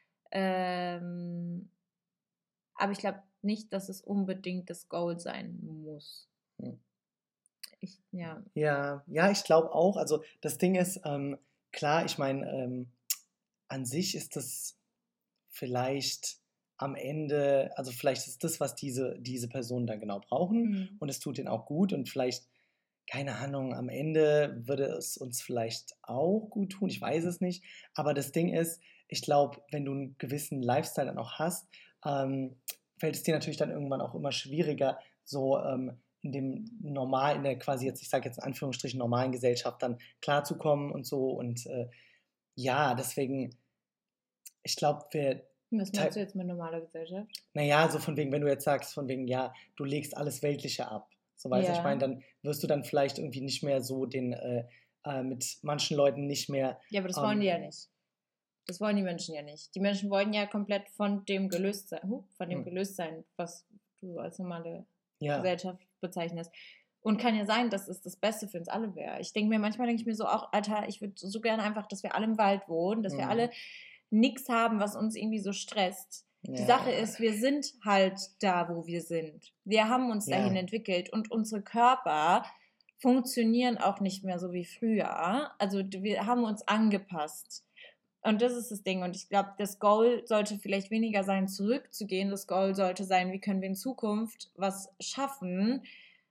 Aber ich glaube nicht, dass es unbedingt das Goal sein muss. Ich glaube auch. Also das Ding ist, klar, ich meine, an sich ist das vielleicht am Ende, also vielleicht ist das, was diese Personen dann genau brauchen und es tut ihnen auch gut und vielleicht keine Ahnung, am Ende würde es uns vielleicht auch gut tun, ich weiß es nicht. Aber das Ding ist, ich glaube, wenn du einen gewissen Lifestyle dann auch hast, ähm, fällt es dir natürlich dann irgendwann auch immer schwieriger, so in der quasi jetzt, ich sage jetzt in Anführungsstrichen, normalen Gesellschaft dann klarzukommen und so. Und ja, deswegen, ich glaube, Was meinst du jetzt mit normaler Gesellschaft? naja, so von wegen, wenn du jetzt sagst, von wegen, ja, du legst alles Weltliche ab. So weißt du, ich meine, Ja. dann wirst du dann vielleicht irgendwie nicht mehr so mit manchen Leuten nicht mehr. Ja, aber das wollen die ja nicht. Das wollen die Menschen ja nicht. Die Menschen wollen ja komplett von dem gelöst sein, was du als normale Gesellschaft bezeichnest. Und kann ja sein, dass es das Beste für uns alle wäre. Manchmal denke ich mir so auch, Alter, ich würde so gerne einfach, dass wir alle im Wald wohnen, dass wir alle nichts haben, was uns irgendwie so stresst. Die Sache ist, wir sind halt da, wo wir sind. Wir haben uns dahin entwickelt und unsere Körper funktionieren auch nicht mehr so wie früher. Also wir haben uns angepasst. Und das ist das Ding. Und ich glaube, das Goal sollte vielleicht weniger sein, zurückzugehen. Das Goal sollte sein, wie können wir in Zukunft was schaffen,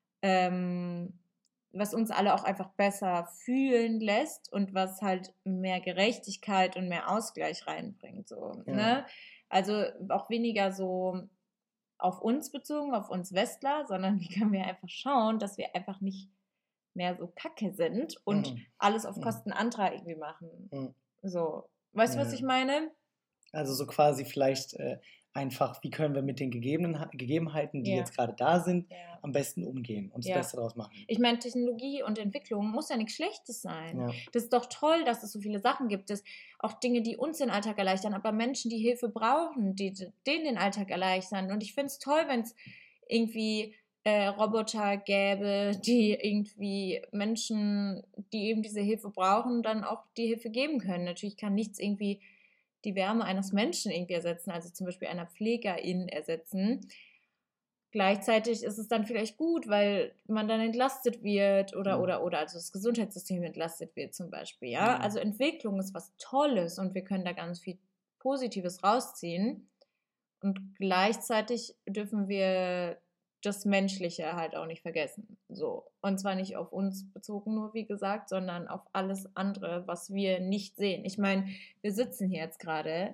was uns alle auch einfach besser fühlen lässt und was halt mehr Gerechtigkeit und mehr Ausgleich reinbringt. So, ne? Also auch weniger so auf uns bezogen, auf uns Westler, sondern wie können wir einfach schauen, dass wir einfach nicht mehr so kacke sind und alles auf Kosten anderer irgendwie machen. So, weißt du, was ich meine? Also so quasi vielleicht einfach, wie können wir mit den Gegebenheiten, die jetzt gerade da sind, am besten umgehen und das Beste daraus machen. Ich meine, Technologie und Entwicklung muss ja nichts Schlechtes sein. Ja. Das ist doch toll, dass es so viele Sachen gibt. Das auch Dinge, die uns den Alltag erleichtern, aber Menschen, die Hilfe brauchen, die denen den Alltag erleichtern. Und ich finde es toll, wenn es irgendwie Roboter gäbe, die irgendwie Menschen, die eben diese Hilfe brauchen, dann auch die Hilfe geben können. Natürlich kann nichts irgendwie die Wärme eines Menschen irgendwie ersetzen, also zum Beispiel einer Pflegerin ersetzen. Gleichzeitig ist es dann vielleicht gut, weil man dann entlastet wird oder also das Gesundheitssystem entlastet wird zum Beispiel, ja. Also Entwicklung ist was Tolles und wir können da ganz viel Positives rausziehen und gleichzeitig dürfen wir das Menschliche halt auch nicht vergessen, so. Und zwar nicht auf uns bezogen nur, wie gesagt, sondern auf alles andere, was wir nicht sehen. Ich meine, wir sitzen hier jetzt gerade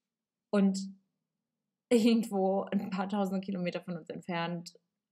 und irgendwo ein paar tausend Kilometer von uns entfernt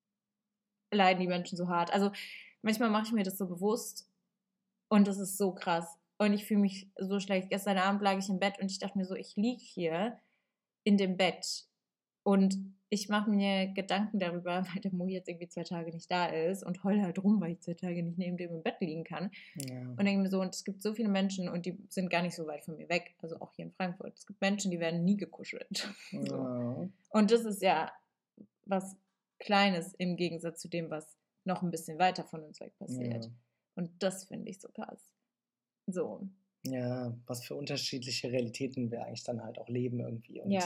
leiden die Menschen so hart. Also manchmal mache ich mir das so bewusst und das ist so krass. Und ich fühle mich so schlecht. Gestern Abend lag ich im Bett und ich dachte mir so, ich liege hier in dem Bett und ich mache mir Gedanken darüber, weil der Mo jetzt irgendwie 2 Tage nicht da ist und heule halt rum, weil ich 2 Tage nicht neben dem im Bett liegen kann. Ja. Und denke mir so, und es gibt so viele Menschen und die sind gar nicht so weit von mir weg, also auch hier in Frankfurt. Es gibt Menschen, die werden nie gekuschelt. Ja. So. Und das ist ja was Kleines im Gegensatz zu dem, was noch ein bisschen weiter von uns weg passiert. Ja. Und das finde ich so krass. So. Ja, was für unterschiedliche Realitäten wir eigentlich dann halt auch leben irgendwie. Und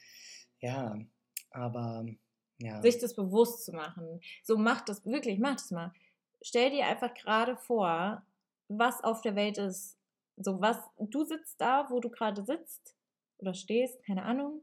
aber ja. Sich das bewusst zu machen. So, mach das mal. Stell dir einfach gerade vor, was auf der Welt ist. So, du sitzt da, wo du gerade sitzt oder stehst, keine Ahnung.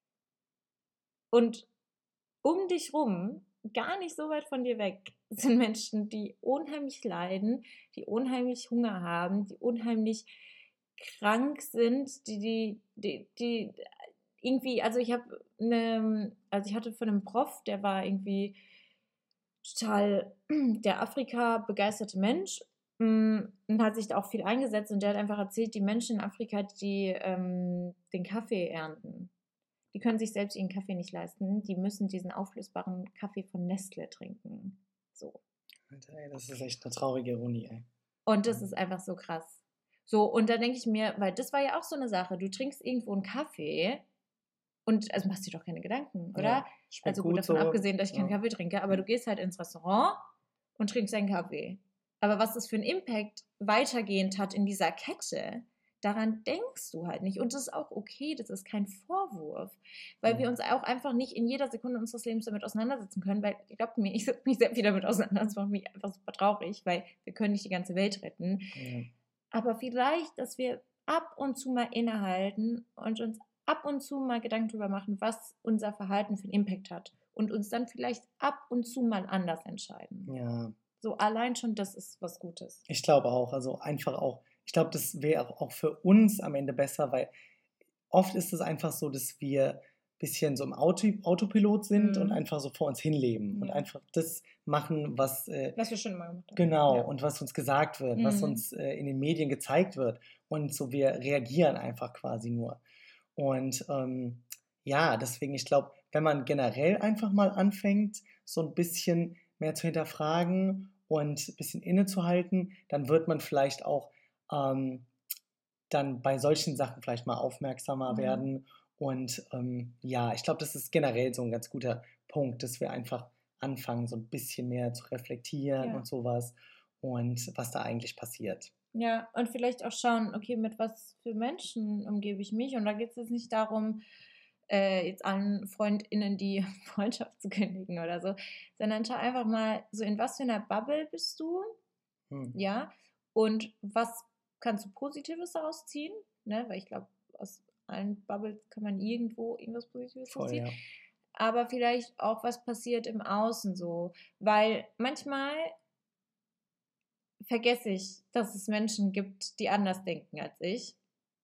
Und um dich rum, gar nicht so weit von dir weg, sind Menschen, die unheimlich leiden, die unheimlich Hunger haben, die unheimlich krank sind, die irgendwie, also ich hatte von einem Prof, der war irgendwie total der Afrika begeisterte Mensch und hat sich da auch viel eingesetzt und der hat einfach erzählt, die Menschen in Afrika, die den Kaffee ernten, die können sich selbst ihren Kaffee nicht leisten, die müssen diesen auflösbaren Kaffee von Nestle trinken. So. Das ist echt eine traurige Ironie, ey. Und das ist einfach so krass. So, und da denke ich mir, weil das war ja auch so eine Sache, du trinkst irgendwo einen Kaffee und also machst dir doch keine Gedanken, oder? Ja, also gut, davon abgesehen, dass ich keinen Kaffee trinke, aber du gehst halt ins Restaurant und trinkst einen Kaffee. Aber was das für einen Impact weitergehend hat in dieser Kette, daran denkst du halt nicht. Und das ist auch okay, das ist kein Vorwurf, weil wir uns auch einfach nicht in jeder Sekunde unseres Lebens damit auseinandersetzen können, weil, glaubt mir, ich setze mich sehr viel damit auseinander, das macht mich einfach super traurig, weil wir können nicht die ganze Welt retten. Ja. Aber vielleicht, dass wir ab und zu mal innehalten und uns ab und zu mal Gedanken darüber machen, was unser Verhalten für einen Impact hat und uns dann vielleicht ab und zu mal anders entscheiden. Ja, So allein schon, das ist was Gutes. Ich glaube auch, also einfach auch, ich glaube, das wäre auch für uns am Ende besser, weil oft ist es einfach so, dass wir ein bisschen so im Autopilot sind und einfach so vor uns hinleben und einfach das machen, was wir schon immer gemacht haben. Genau, und was uns gesagt wird, was uns in den Medien gezeigt wird. Und so wir reagieren einfach quasi nur. Und ja, deswegen, ich glaube, wenn man generell einfach mal anfängt, so ein bisschen mehr zu hinterfragen und ein bisschen innezuhalten, dann wird man vielleicht auch dann bei solchen Sachen vielleicht mal aufmerksamer werden. Und ja, ich glaube, das ist generell so ein ganz guter Punkt, dass wir einfach anfangen, so ein bisschen mehr zu reflektieren und sowas und was da eigentlich passiert. Ja, und vielleicht auch schauen, okay, mit was für Menschen umgebe ich mich? Und da geht es jetzt nicht darum, jetzt allen FreundInnen die Freundschaft zu kündigen oder so, sondern schau einfach mal, so in was für einer Bubble bist du, ja, und was kannst du Positives daraus ziehen, ne, weil ich glaube, aus allen Bubbles kann man irgendwas Positives ziehen, aber vielleicht auch, was passiert im Außen so, weil manchmal vergesse ich, dass es Menschen gibt, die anders denken als ich.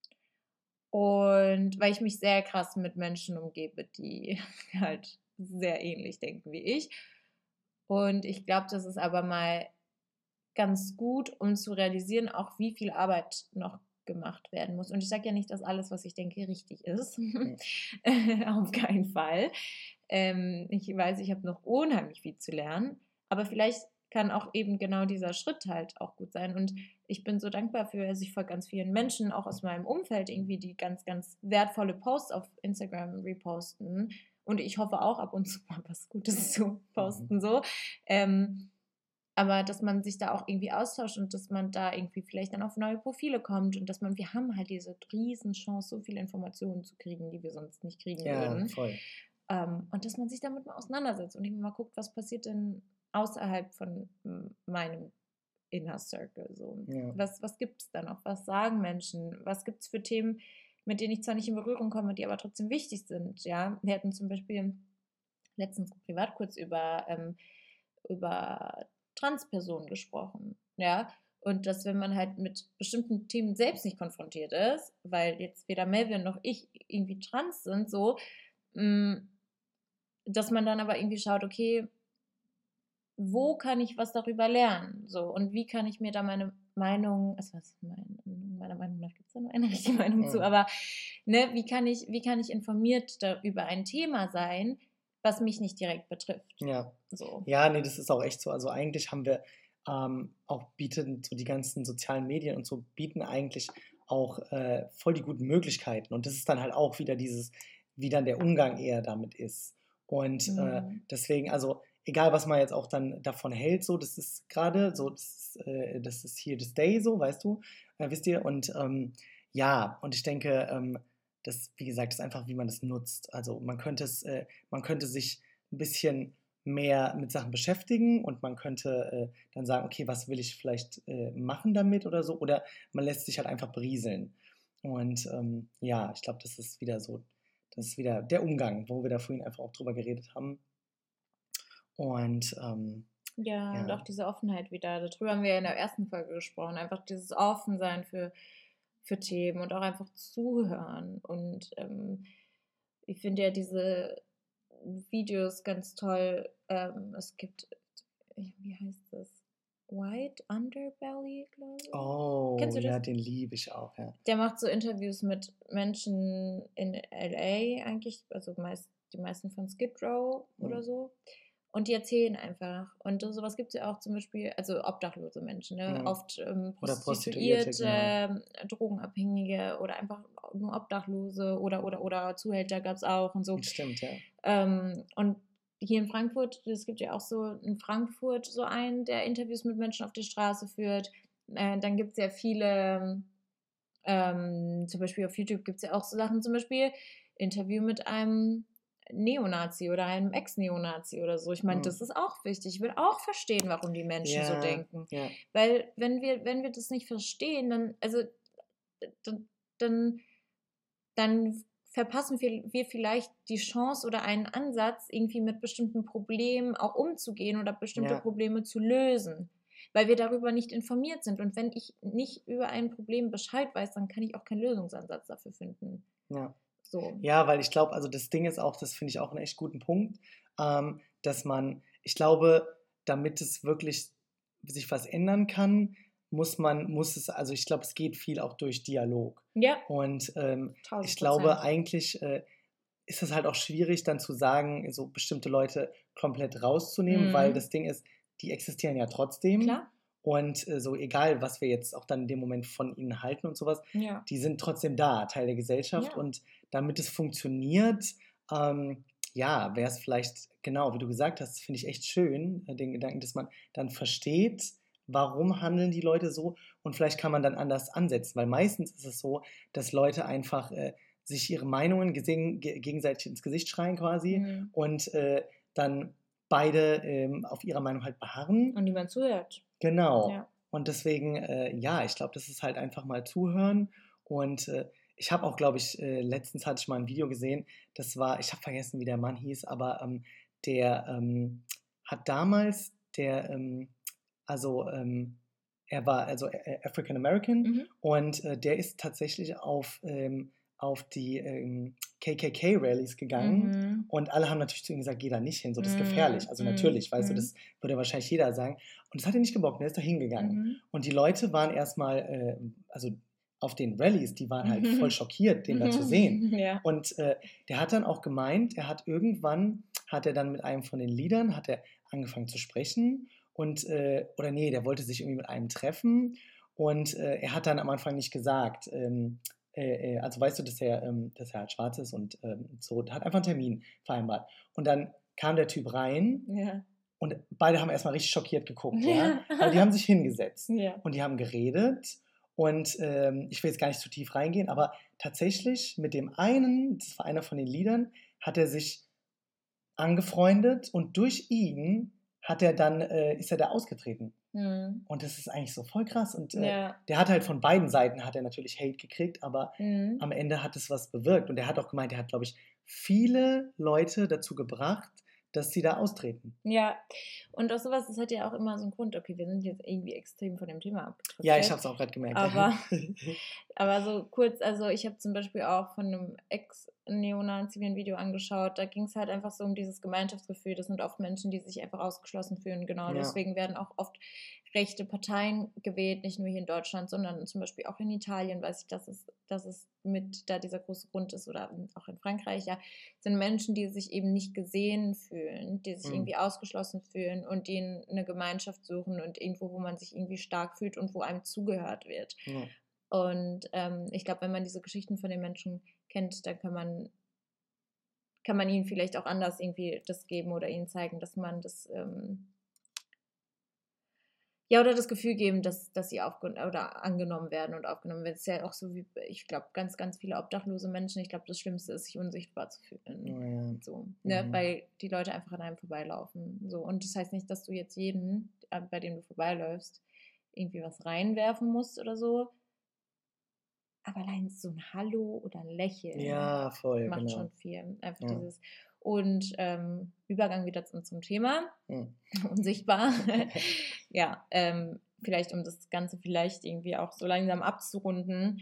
Und weil ich mich sehr krass mit Menschen umgebe, die halt sehr ähnlich denken wie ich. Und ich glaube, das ist aber mal ganz gut, um zu realisieren, auch wie viel Arbeit noch gemacht werden muss. Und ich sage ja nicht, dass alles, was ich denke, richtig ist. Auf keinen Fall. Ich weiß, ich habe noch unheimlich viel zu lernen. Aber vielleicht kann auch eben genau dieser Schritt halt auch gut sein. Und ich bin so dankbar für, also ich folge ganz vielen Menschen, auch aus meinem Umfeld irgendwie, die ganz, ganz wertvolle Posts auf Instagram reposten. Und ich hoffe auch ab und zu mal was Gutes zu posten, so. Aber dass man sich da auch irgendwie austauscht und dass man da irgendwie vielleicht dann auf neue Profile kommt und dass wir haben halt diese Riesenchance, so viele Informationen zu kriegen, die wir sonst nicht kriegen würden. Voll. Und dass man sich damit mal auseinandersetzt und irgendwie mal guckt, was passiert denn außerhalb von meinem Inner Circle. So. Ja. Was gibt es da noch? Was sagen Menschen? Was gibt es für Themen, mit denen ich zwar nicht in Berührung komme, die aber trotzdem wichtig sind? Ja? Wir hatten zum Beispiel letztens privat kurz über Transpersonen gesprochen, ja, und dass wenn man halt mit bestimmten Themen selbst nicht konfrontiert ist, weil jetzt weder Melvin noch ich irgendwie trans sind, so, dass man dann aber irgendwie schaut, okay, wo kann ich was darüber lernen, so, und wie kann ich mir da meine Meinung, also meiner Meinung nach gibt es da nur eine richtige Meinung zu, aber ne, wie kann ich informiert über ein Thema sein, was mich nicht direkt betrifft. Ja. So. Ja, nee, das ist auch echt so. Also eigentlich haben wir bieten so die ganzen sozialen Medien und so bieten eigentlich auch voll die guten Möglichkeiten. Und das ist dann halt auch wieder wie dann der Umgang eher damit ist. Und deswegen, also egal, was man jetzt auch dann davon hält, so, das ist gerade so, das ist here to stay, so, weißt du, wisst ihr? Und ja, und ich denke, das, wie gesagt, ist einfach, wie man das nutzt. Also man könnte sich ein bisschen mehr mit Sachen beschäftigen und man könnte dann sagen, okay, was will ich vielleicht machen damit oder so, oder man lässt sich halt einfach berieseln. Und ja, ich glaube, das ist wieder der Umgang, wo wir da vorhin einfach auch drüber geredet haben. Und ja, und auch diese Offenheit wieder. Darüber haben wir ja in der ersten Folge gesprochen. Einfach dieses Offensein für Themen und auch einfach zuhören. Und ich finde ja diese Videos ganz toll. Es gibt, wie heißt das? White Underbelly, glaube ich. Oh, kennst du das? Ja, den liebe ich auch, ja. Der macht so Interviews mit Menschen in L.A. eigentlich, also die meisten von Skid Row oder so. Und die erzählen einfach. Und sowas gibt es ja auch zum Beispiel, also obdachlose Menschen, ne? Oft Prostituierte, Drogenabhängige oder einfach nur Obdachlose oder Zuhälter gab es auch und so. Stimmt, ja. Und hier in Frankfurt, es gibt ja auch so in Frankfurt so einen, der Interviews mit Menschen auf der Straße führt. Dann gibt es ja viele, zum Beispiel auf YouTube gibt es ja auch so Sachen, zum Beispiel Interview mit einem Neonazi oder einem Ex-Neonazi oder so. Ich meine, das ist auch wichtig. Ich will auch verstehen, warum die Menschen so denken. Ja. Weil wenn wir das nicht verstehen, dann verpassen wir vielleicht die Chance oder einen Ansatz, irgendwie mit bestimmten Problemen auch umzugehen oder bestimmte Probleme zu lösen, weil wir darüber nicht informiert sind. Und wenn ich nicht über ein Problem Bescheid weiß, dann kann ich auch keinen Lösungsansatz dafür finden. Ja. So. Ja, weil ich glaube, also das Ding ist auch, das finde ich auch einen echt guten Punkt, dass ich glaube, damit es wirklich sich was ändern kann, also ich glaube, es geht viel auch durch Dialog. Ja. Und 1000%. ich glaube, eigentlich ist es halt auch schwierig, dann zu sagen, so bestimmte Leute komplett rauszunehmen, weil das Ding ist, die existieren ja trotzdem. Klar. Und so egal, was wir jetzt auch dann in dem Moment von ihnen halten und sowas, die sind trotzdem da, Teil der Gesellschaft. Ja. Und damit es funktioniert, wäre es vielleicht, genau, wie du gesagt hast, finde ich echt schön, den Gedanken, dass man dann versteht, warum handeln die Leute so und vielleicht kann man dann anders ansetzen, weil meistens ist es so, dass Leute einfach sich ihre Meinungen gegenseitig ins Gesicht schreien quasi und dann beide auf ihrer Meinung halt beharren. Und niemand zuhört. Genau. Ja. Und deswegen, ich glaube, das ist halt einfach mal zuhören. Und ich habe auch, glaube ich, letztens hatte ich mal ein Video gesehen, ich habe vergessen, wie der Mann hieß, aber der hat damals, er war African American und der ist tatsächlich auf die KKK-Rallies gegangen und alle haben natürlich zu ihm gesagt, geh da nicht hin, so das ist gefährlich. Also natürlich, weißt du, das würde wahrscheinlich jeder sagen. Und das hat er nicht gebockt, er ist da hingegangen. Und die Leute waren erstmal, also auf den Rallies, die waren halt voll schockiert, den da zu sehen. Ja. Und der hat dann auch gemeint, hat er dann mit einem von den Leadern, hat er angefangen zu sprechen und, der wollte sich irgendwie mit einem treffen und er hat dann am Anfang nicht gesagt, also weißt du, dass er halt schwarz ist und so, hat einfach einen Termin vereinbart. Und dann kam der Typ rein und beide haben erstmal richtig schockiert geguckt, aber die haben sich hingesetzt und die haben geredet und ich will jetzt gar nicht zu tief reingehen, aber tatsächlich mit dem einen, das war einer von den Liedern, hat er sich angefreundet und durch ihn ist er da ausgetreten. Und das ist eigentlich so voll krass. Und der hat halt von beiden Seiten hat er natürlich Hate gekriegt, aber am Ende hat es was bewirkt. Und er hat auch gemeint, er hat, glaube ich, viele Leute dazu gebracht, dass sie da austreten. Ja, und auch sowas, das hat ja auch immer so einen Grund. Okay, wir sind jetzt irgendwie extrem von dem Thema abgedriftet. Ja, ich habe es auch gerade gemerkt. Aber so kurz, also ich habe zum Beispiel auch von einem Ex-Neonazi ein Video angeschaut, da ging es halt einfach so um dieses Gemeinschaftsgefühl. Das sind oft Menschen, die sich einfach ausgeschlossen fühlen, genau. Deswegen werden auch oft rechte Parteien gewählt, nicht nur hier in Deutschland, sondern zum Beispiel auch in Italien, weiß ich, dass es mit da dieser große Grund ist oder auch in Frankreich, sind Menschen, die sich eben nicht gesehen fühlen, die sich irgendwie ausgeschlossen fühlen und die eine Gemeinschaft suchen und irgendwo, wo man sich irgendwie stark fühlt und wo einem zugehört wird. Ja. Und ich glaube, wenn man diese Geschichten von den Menschen kennt, dann kann man ihnen vielleicht auch anders irgendwie das geben oder ihnen zeigen, dass man das oder das Gefühl geben, dass sie oder angenommen werden und aufgenommen werden. Es ist ja auch so wie, ich glaube, ganz, ganz viele obdachlose Menschen. Ich glaube, das Schlimmste ist, sich unsichtbar zu fühlen. Ja. So, weil die Leute einfach an einem vorbeilaufen. So. Und das heißt nicht, dass du jetzt jeden, bei dem du vorbeiläufst, irgendwie was reinwerfen musst oder so. Aber allein so ein Hallo oder ein Lächeln macht schon viel. Einfach dieses. Und Übergang wieder zum Thema. Unsichtbar. Vielleicht, um das Ganze vielleicht irgendwie auch so langsam abzurunden,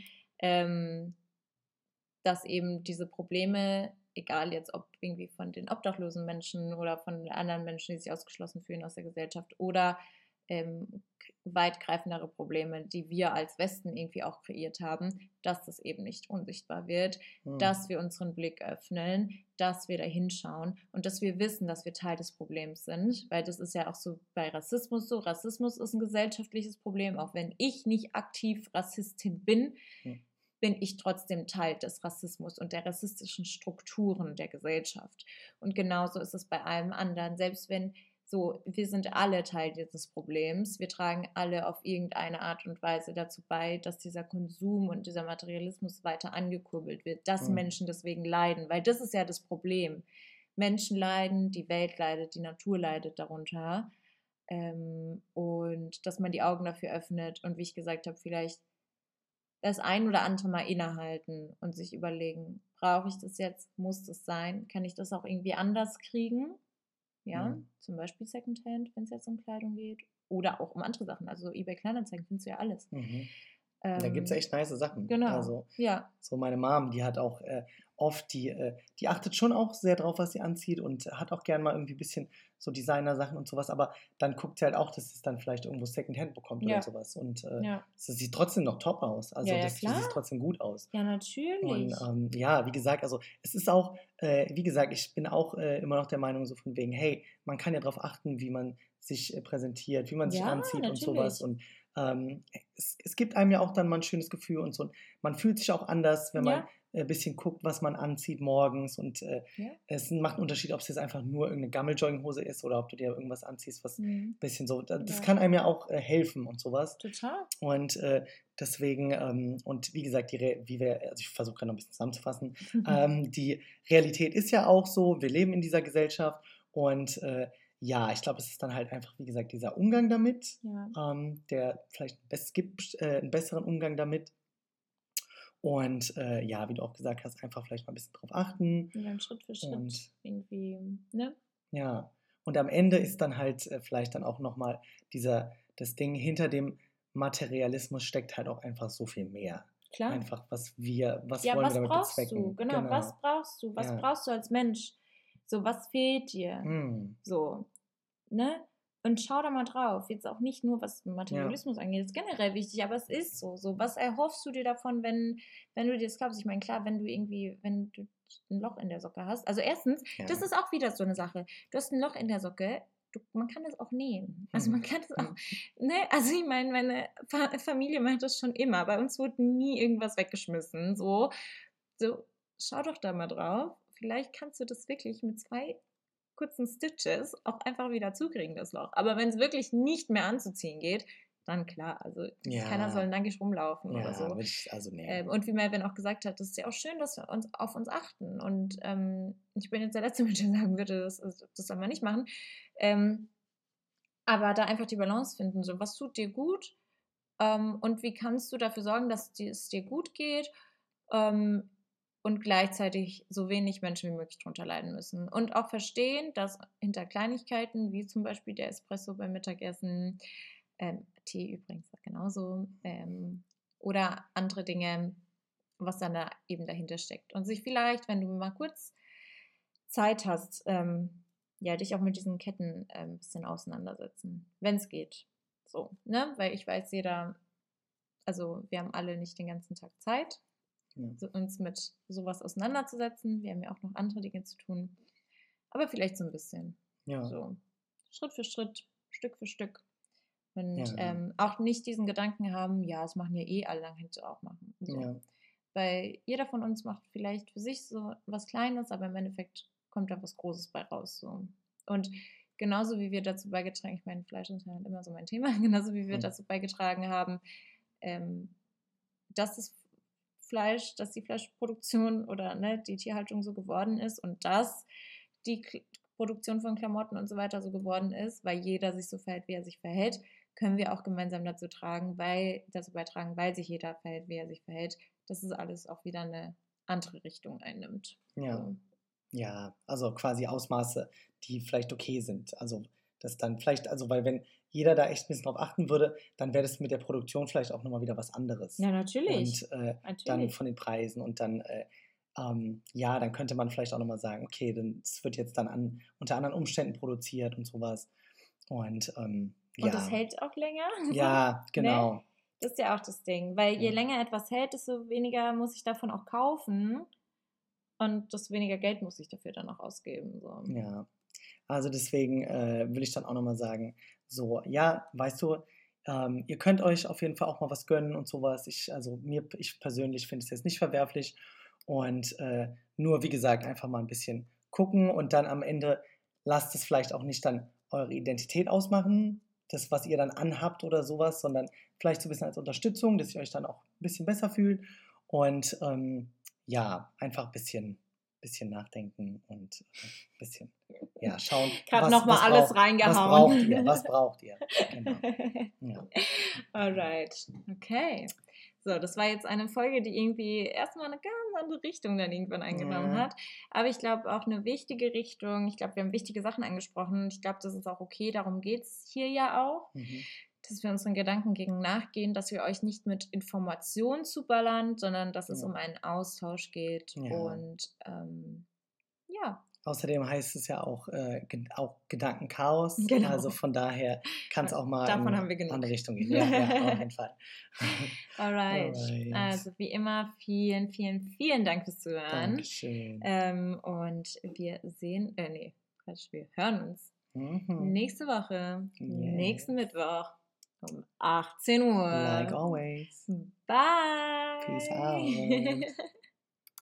dass eben diese Probleme, egal jetzt ob irgendwie von den obdachlosen Menschen oder von anderen Menschen, die sich ausgeschlossen fühlen aus der Gesellschaft oder weitgreifendere Probleme, die wir als Westen irgendwie auch kreiert haben, dass das eben nicht unsichtbar wird, dass wir unseren Blick öffnen, dass wir da hinschauen und dass wir wissen, dass wir Teil des Problems sind, weil das ist ja auch so bei Rassismus so. Rassismus ist ein gesellschaftliches Problem, auch wenn ich nicht aktiv Rassistin bin, bin ich trotzdem Teil des Rassismus und der rassistischen Strukturen der Gesellschaft. Und genauso ist es bei allem anderen, selbst wenn wir sind alle Teil dieses Problems. Wir tragen alle auf irgendeine Art und Weise dazu bei, dass dieser Konsum und dieser Materialismus weiter angekurbelt wird, dass Menschen deswegen leiden, weil das ist ja das Problem. Menschen leiden, die Welt leidet, die Natur leidet darunter. Und dass man die Augen dafür öffnet und wie ich gesagt habe, vielleicht das ein oder andere Mal innehalten und sich überlegen, brauche ich das jetzt, muss das sein, kann ich das auch irgendwie anders kriegen? Ja, zum Beispiel Secondhand, wenn es jetzt um Kleidung geht. Oder auch um andere Sachen. Also eBay Kleinanzeigen findest du ja alles. Da gibt es echt nice Sachen. Genau, Also, ja. so meine Mom, die hat auch oft, die achtet schon auch sehr drauf, was sie anzieht und hat auch gern mal irgendwie ein bisschen so Designer-Sachen und sowas, aber dann guckt sie halt auch, dass sie es dann vielleicht irgendwo Secondhand bekommt oder sowas und es sieht trotzdem noch top aus, also Ja, das sieht klar. trotzdem gut aus. Ja, natürlich. Und ja, wie gesagt, also es ist auch, wie gesagt, ich bin auch immer noch der Meinung so von wegen, hey, man kann ja darauf achten, wie man sich präsentiert, wie man sich Ja, anzieht und natürlich. sowas und es gibt einem ja auch dann mal ein schönes Gefühl und so. Und man fühlt sich auch anders, wenn man ein bisschen guckt, was man anzieht morgens. Und es macht einen Unterschied, ob es jetzt einfach nur irgendeine Gammel-Jogginghose ist oder ob du dir irgendwas anziehst, was ein bisschen so. Das kann einem ja auch helfen und sowas. Total. Und deswegen, und wie gesagt, also ich versuche gerade noch ein bisschen zusammenzufassen, die Realität ist ja auch so, wir leben in dieser Gesellschaft und ja, ich glaube, es ist dann halt einfach, wie gesagt, dieser Umgang damit, der vielleicht es gibt einen besseren Umgang damit. Und ja, wie du auch gesagt hast, einfach vielleicht mal ein bisschen drauf achten. Und dann Schritt für Schritt irgendwie, ne? Ja, und am Ende ist dann halt vielleicht dann auch nochmal das Ding, hinter dem Materialismus steckt halt auch einfach so viel mehr. Klar. Einfach, was wollen wir damit bezwecken? Genau, was brauchst du? Was brauchst du als Mensch? So, was fehlt dir? So, ne? Und schau da mal drauf. Jetzt auch nicht nur, was Materialismus angeht, das ist generell wichtig, aber es ist so. Was erhoffst du dir davon, wenn du dir das glaubst? Ich meine, klar, wenn du ein Loch in der Socke hast. Also erstens, das ist auch wieder so eine Sache. Du hast ein Loch in der Socke, man kann das auch nähen. Also man kann das auch, ne? Also ich meine, meine Familie macht das schon immer. Bei uns wurde nie irgendwas weggeschmissen. So, schau doch da mal drauf. Vielleicht kannst du das wirklich mit 2 kurzen Stitches auch einfach wieder zukriegen, das Loch. Aber wenn es wirklich nicht mehr anzuziehen geht, dann klar, also keiner soll nackig rumlaufen oder so. Und wie Melvin auch gesagt hat, das ist ja auch schön, dass wir auf uns achten. Und ich bin jetzt der Letzte, der sagen würde, das soll man nicht machen. Aber da einfach die Balance finden, so was tut dir gut und wie kannst du dafür sorgen, dass es dir gut geht und gleichzeitig so wenig Menschen wie möglich drunter leiden müssen. Und auch verstehen, dass hinter Kleinigkeiten, wie zum Beispiel der Espresso beim Mittagessen, Tee übrigens auch genauso, oder andere Dinge, was dann da eben dahinter steckt. Und sich vielleicht, wenn du mal kurz Zeit hast, dich auch mit diesen Ketten ein bisschen auseinandersetzen, wenn es geht. So, ne? Weil ich weiß, wir haben alle nicht den ganzen Tag Zeit, uns mit sowas auseinanderzusetzen. Wir haben ja auch noch andere Dinge zu tun. Aber vielleicht so ein bisschen. Ja. So Schritt für Schritt, Stück für Stück. Und auch nicht diesen Gedanken haben, ja, das machen ja eh alle, dann kannst du auch machen. So. Ja. Weil jeder von uns macht vielleicht für sich so was Kleines, aber im Endeffekt kommt da was Großes bei raus. So. Und genauso wie wir dazu beigetragen, ich meine, Fleisch ist halt immer so mein Thema, genauso wie wir dazu beigetragen haben, dass die Fleischproduktion oder die Tierhaltung so geworden ist und dass die Produktion von Klamotten und so weiter so geworden ist, weil jeder sich so verhält, wie er sich verhält, können wir auch gemeinsam dazu beitragen, weil sich jeder verhält, wie er sich verhält, dass es alles auch wieder eine andere Richtung einnimmt. Ja. So. Ja, also quasi Ausmaße, die vielleicht okay sind. Also das dann vielleicht, weil wenn jeder da echt ein bisschen drauf achten würde, dann wäre das mit der Produktion vielleicht auch nochmal wieder was anderes. Ja, natürlich. Und dann von den Preisen und dann, dann könnte man vielleicht auch nochmal sagen, okay, es wird jetzt dann unter anderen Umständen produziert und sowas. Und und das hält auch länger. Ja, genau. Ne? Das ist ja auch das Ding, weil je länger etwas hält, desto weniger muss ich davon auch kaufen und desto weniger Geld muss ich dafür dann auch ausgeben. So. Ja, also deswegen will ich dann auch nochmal sagen, so, ja, weißt du, ihr könnt euch auf jeden Fall auch mal was gönnen und sowas. Ich persönlich finde es jetzt nicht verwerflich und nur, wie gesagt, einfach mal ein bisschen gucken und dann am Ende lasst es vielleicht auch nicht dann eure Identität ausmachen, das, was ihr dann anhabt oder sowas, sondern vielleicht so ein bisschen als Unterstützung, dass ihr euch dann auch ein bisschen besser fühlt und einfach ein bisschen nachdenken und ein bisschen schauen. Gerade nochmal alles reingehauen. Was braucht ihr? Genau. Ja. Alright. Okay. So, das war jetzt eine Folge, die irgendwie erstmal eine ganz andere Richtung dann irgendwann eingenommen Ja. hat. Aber ich glaube auch eine wichtige Richtung. Ich glaube, wir haben wichtige Sachen angesprochen. Ich glaube, das ist auch okay. Darum geht es hier ja auch. Dass wir unseren Gedanken gegen nachgehen, dass wir euch nicht mit Informationen zuballern, sondern dass es Ja. um einen Austausch geht. Ja. Und ja. Außerdem heißt es ja auch Gedankenchaos. Genau. Also von daher kann es auch mal Davon in haben wir genug. eine andere Richtung gehen. Ja, auf jeden Fall. Alright. Alright. Also wie immer, vielen, vielen, vielen Dank fürs Zuhören. Dankeschön. Und wir wir hören uns nächste Woche, nächsten Mittwoch um 18 Uhr. Like always. Bye. Peace out.